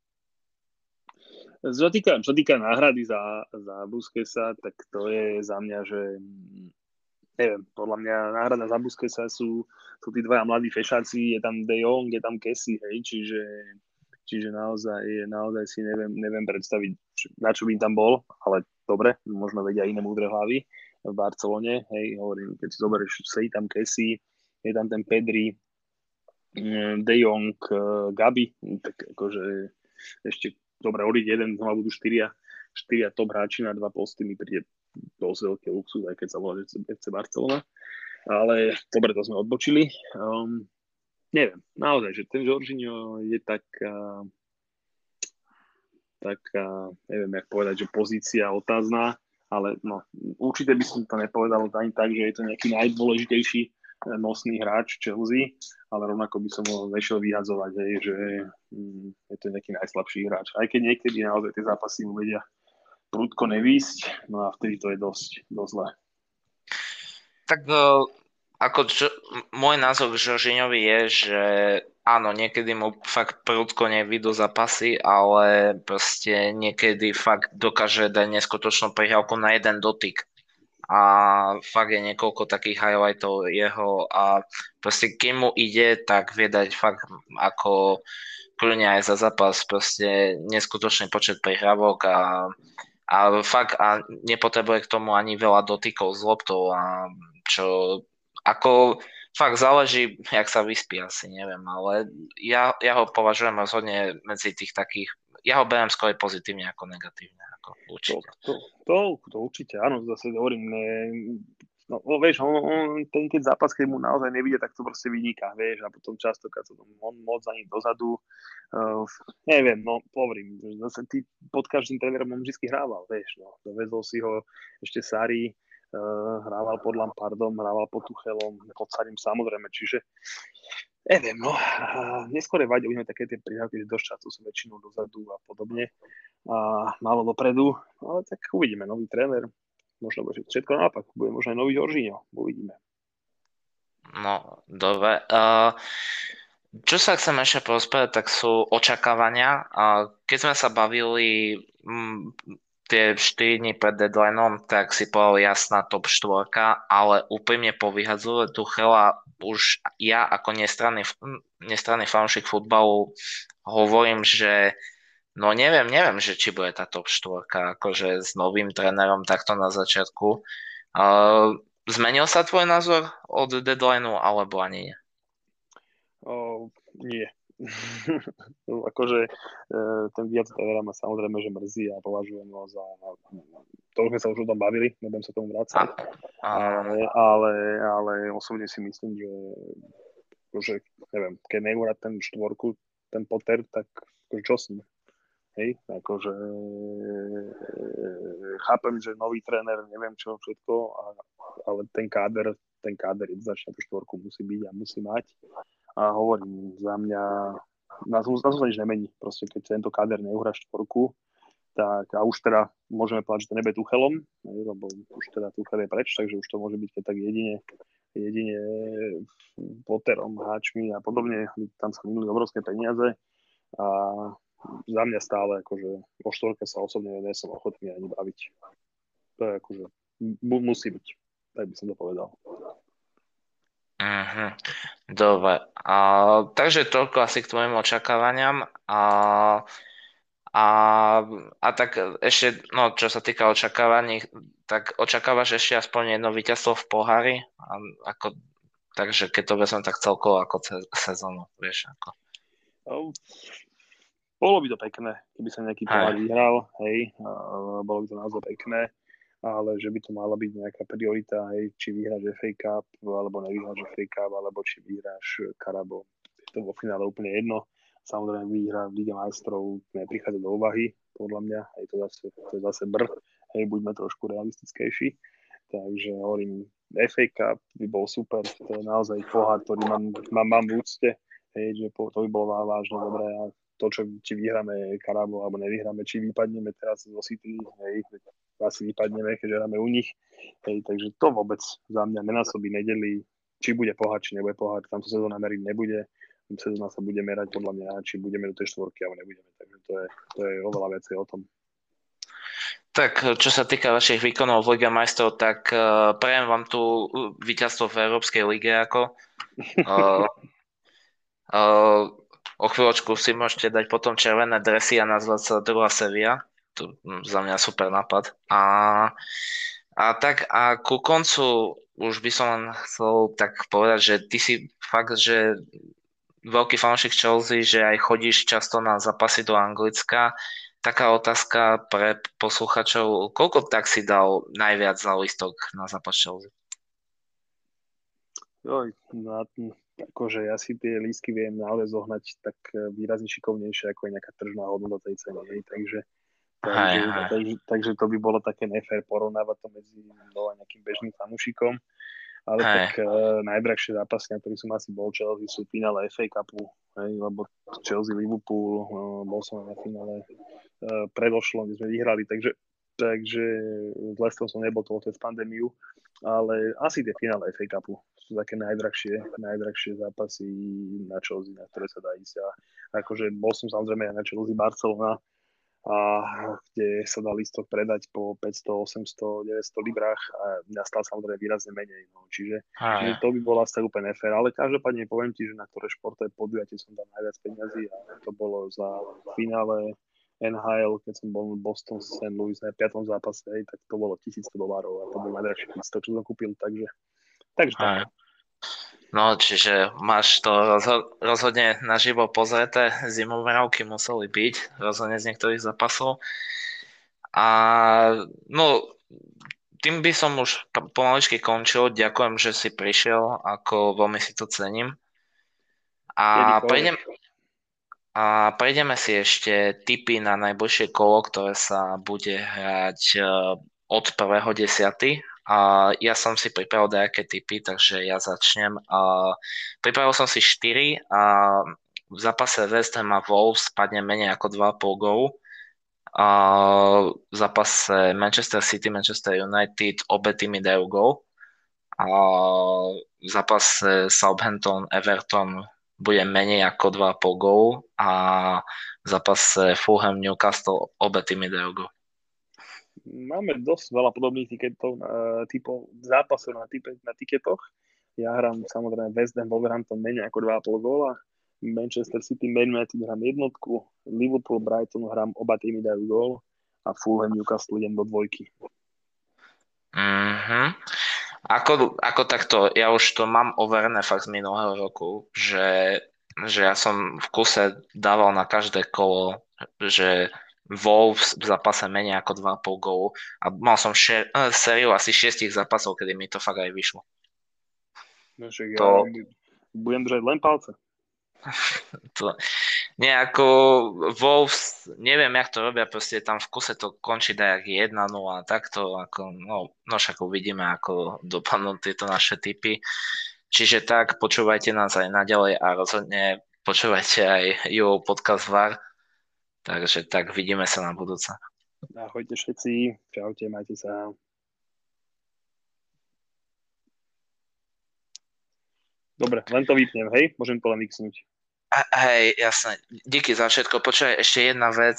Čo týka náhrady za Busquetsa, tak to je za mňa, že neviem, podľa mňa náhrada za Busquetsa sú tí dvaja mladí fešáci, je tam De Jong, je tam Kessie, hej, čiže naozaj si neviem predstaviť, na čo by tam bol, ale dobre, možno vedia iné múdre hlavy v Barcelone, hej, hovorím, keď si zoberieš, sedí tam Kessie, je tam ten Pedri, De Jong, Gabi, tak akože ešte dobre, odíď jeden, znova budú štyria top hráči na dva posty, mi príde dosť veľký luxus, aj keď sa volá, že FC Barcelona, ale dobre, to sme odbočili. Neviem, naozaj, že ten Jorginho je tak tak neviem, jak povedať, že pozícia otázna, ale no, určite by som to nepovedal ani tak, že je to nejaký najdôležitejší nosný hráč Chelsea, ale rovnako by som ho nešiel vyhadzovať, hej, že je to nejaký najslabší hráč. Aj keď niekedy naozaj tie zápasy mu vedia prudko nevísť, no a vtedy to je dosť zlé. Tak ako môj názor k Žoržiňovi je, že áno, niekedy mu fakt prudko nevidú zápasy, ale proste niekedy fakt dokáže dať neskutočnú prihrávku na jeden dotyk. A fakt je niekoľko takých highlightov jeho a proste keď mu ide, tak vie dať fakt ako kľudne aj za zápas proste neskutočný počet prihrávok a fakt a nepotrebuje k tomu ani veľa dotykov s loptou a čo ako fakt záleží, jak sa vyspí asi, neviem, ale ja ho považujem rozhodne medzi tých takých, ja ho beriem skôr pozitívne ako negatívne, ako určite. To určite, áno, zase hovorím, no vieš, on ten keď zápas, keď mu naozaj nevidie, tak to proste vyniká, vieš, a potom častokrát sa on moc za ním dozadu, neviem, no hovorím, zase ty pod každým trénerom on vždy hrával, vieš, no, dovezol si ho ešte Sarri, hrával pod Lampardom, hrával pod Tuchelom, pod Sarim samozrejme, čiže neviem, no, neskôr je vadí také tie prihrávky, že dosť času sú väčšinou dozadu a podobne a málo dopredu, ale tak uvidíme, nový tréner, možno bude všetko naopak, bude možno aj nový Jorginho, uvidíme. No, dobre. Čo sa chcem ešte porozprávať, tak sú očakávania. Keď sme sa bavili tie 4 dní pred deadlineom, tak si povedal jasná top 4, ale úprimne po vyhadzove Tuchela už ja ako nestranný fanúšik futbalu hovorím, že no neviem, že či bude tá top 4, akože s novým trénerom takto na začiatku. Zmenil sa tvoj názor od deadlineu, alebo ani nie? Nie. Akože ten viac trénera ma samozrejme, že mrzí a považujem ho za... To sme sa už o tom bavili, nebudem sa tomu vrácať. Ale osobne si myslím, že neviem, keď neurá ten štvorku, ten Potter, tak čo s ním? Hej, akože chápem, že nový tréner, neviem čo všetko, ale ten káder začne tú štvorku musí byť a musí mať. A hovorím, za mňa na to sa nič nemení. Proste keď tento káder neuhrá štvorku, tak a už teda môžeme povedať, že to nebude Tuchelom, lebo už teda Tuchel je preč, takže už to môže byť keď tak jedine Potterom, hráčmi a podobne. Tam sa minuli obrovské peniaze a za mňa stále akože o štvorke sa osobne nie som ochotný ani baviť. To je akože musí byť, tak by som to povedal. Dobre. Takže toľko asi k tvojim očakávaniam. A tak ešte, no čo sa týka očakávaní, tak očakávaš ešte aspoň jedno víťazstvo v pohári? Takže keď to vezmem tak celkovo ako sezónu, vieš ako. Bolo by to pekné, keby sa nejaký pohár vyhral, hej, bolo by to naozaj pekné, ale že by to mala byť nejaká priorita, hej, či vyhráš FA Cup, alebo nevyhráš FA Cup, alebo či vyhráš Carabao. Je to vo finále úplne jedno. Samozrejme výhra v Lige majstrov neprichádza do úvahy, podľa mňa, hej, to je zase hej, buďme trošku realistickejší. Takže hovorím, FA Cup by bol super, to je naozaj pohár, ktorý mám v úcte, hej, že to by bolo vážne dobré a to, či vyhráme Carabao alebo nevyhráme, či vypadneme teraz zo City, hej, asi vypadneme, keďže hráme u nich. Hej, takže to vôbec za mňa nenásobí, nedelí, či bude pohár, či nebude pohár, tam to sezóna meriť nebude. Sezóna sa bude merať podľa mňa, či budeme do tej štvorky alebo nebudeme. Takže to je oveľa viacej o tom. Tak, čo sa týka vašich výkonov v Lige majstrov, tak prajem vám tu víťazstvo v Európskej lige ako. O chvíľočku si môžete dať potom červené dresy a nazvať sa druhá Sevilla. To za mňa super nápad. A ku koncu už by som len chcel tak povedať, že ty si fakt, že veľký fanúšik Chelsea, že aj chodíš často na zápasy do Anglicka. Taká otázka pre posluchačov. Koľko tak si dal najviac za lístok na zápas Chelsea? akože ja si tie lístky viem naozaj zohnať tak výrazne šikovnejšie, ako je nejaká tržná hodnota tej ceny. Hej. Hej, hej, Takže to by bolo také nefér porovnávať to medzi mnou a nejakým bežným fanúšikom. Ale tak hej, najdrahšie zápasy, na ktorých som asi bol Chelsea, sú finále FA Cupu, hej, lebo Chelsea Liverpool, bol som na finále predošlo, kde sme vyhrali, takže s Leicesterom som nebol toho cez pandémiu, ale asi tie finále FA Cupu sú také najdrahšie zápasy na Chelsea, na ktoré sa dá ísť. A akože bol som samozrejme aj na Chelsea Barcelona, a kde sa dá lístok predať po 500, 800, 900 librách a nastal samozrejme výrazne menej. No. Čiže hej. to by bolo asi tak úplne nefér. Ale každopádne poviem ti, že na ktoré športové podujatie som dal najviac peniazy a to bolo za finále NHL, keď som bol v Boston St. Louis na 5. zápase, tak to bolo $1100 a to bol najdrahší lístok, čo som kúpil, takže tak. Hej. No, čiže máš to rozhodne naživo pozreté, zimomravky museli byť, rozhodne z niektorých zápasov. A no, tým by som už pomaličky končil. Ďakujem, že si prišiel, ako veľmi si to cením. A Kedykoľvek. prejdeme si ešte tipy na najbližšie kolo, ktoré sa bude hrať od 1.10. A ja som si pripravil nejaké tipy, takže ja začnem. Pripravil som si 4 a v zápase West Ham a Wolves padne menej ako 2,5 gólu. A v zápase Manchester City, Manchester United obe týmy dajú gól. A v zápase Southampton, Everton bude menej ako 2,5 gólu a v zápase Fulham, Newcastle obe týmy dajú gól. Máme dosť veľa podobných typov zápasov na tiketoch. Ja hrám samozrejme West Ham Wolverhampton menej ako 2,5 góla. Manchester City Man United hrám jednotku. Liverpool Brighton hrám oba týmy dajú gól. A Fulham Newcastle idem do dvojky. Mhm. Ako takto, ja už to mám overené fakt z minulého roku, že ja som v kuse dával na každé kolo, že Wolves v zápase menej ako 2,5 gólu a mal som sériu asi 6 zápasov, kedy mi to fakt aj vyšlo. No však ja To, budem držať len palce. to nejako Wolves, neviem, jak to robia, proste tam v kuse to končí dajak 1-0 a takto, ako, no však uvidíme, ako dopadnú tieto naše typy. Čiže tak, počúvajte nás aj naďalej a rozhodne počúvajte aj Juho podcast VAR. Takže tak, vidíme sa na budúce. Ahojte všetci, čaute, majte sa. Dobre, len to vypnem, hej? Môžem to len vypnúť. Hej, jasné. Díky za všetko. Počúvaj, ešte jedna vec,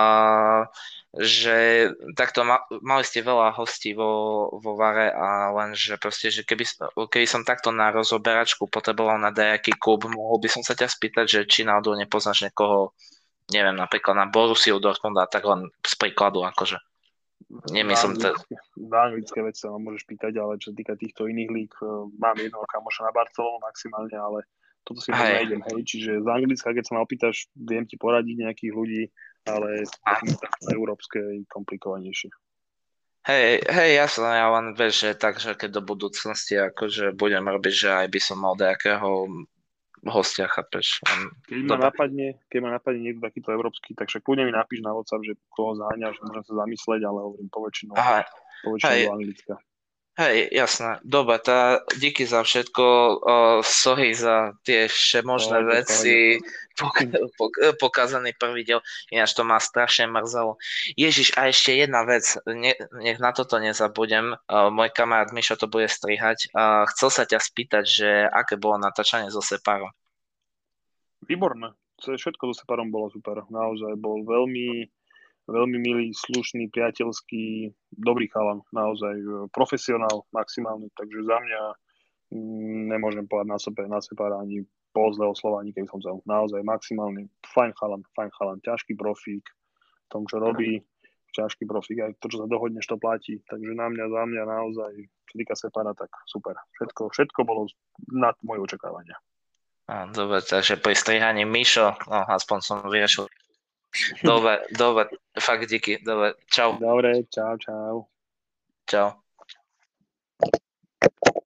že takto mali ste veľa hostí vo Vare a len, že proste, že keby som takto na rozoberačku potreboval na nejaký klub, mohol by som sa ťa spýtať, že či náhodou nepoznáš niekoho, neviem, napríklad na Borussiu Dortmund a tak len z príkladu, akože. Nemyslím to. Na anglické veci sa ma môžeš pýtať, ale čo sa týka týchto iných líg, mám jedného kamoša na Barcelonu maximálne, ale toto si moc nejdem, hej. Čiže z Anglicka, keď sa ma opýtaš, viem ti poradiť nejakých ľudí, ale európske je komplikovanejšie. Hej, jasné, ja len vieš, že takže keď do budúcnosti akože budem robiť, že aj by som mal nejakého hostia, chápeš. Keď ma napadne niekto takýto európsky, tak však kľudne mi napíš na WhatsApp, že koho záňaš, môžem sa zamyslieť, ale hovorím poväčšinou do Anglicka. Hej, jasné. Dobre, díky za všetko. Sorry za tie všemožné veci. Pokazaný prvý diel. Ináč to ma strašne mrzelo. Ježiš, a ešte jedna vec. Nech na toto nezabudem. Môj kamarát Mišo to bude strihať. Chcel sa ťa spýtať, že aké bolo natáčanie so Separom. Výborné. Všetko so Separom bolo super. Naozaj bol veľmi milý, slušný, priateľský, dobrý chalan, naozaj profesionál maximálny, takže za mňa nemôžem povedať na Separa ani pol zlého slova, ani keď som chcel. Naozaj maximálny, fajn chalan, ťažký profík v tom, čo robí, ťažký profík, aj to, čo sa dohodneš, to platí. Takže za mňa naozaj, čo týka Separa, tak super. Všetko bolo nad moje očakávania. Dobre, takže pri strihaní Mišo, no aspoň som vyriešil. Dobre, fakt díky, dobre, čau. Dobre, čau. Čau.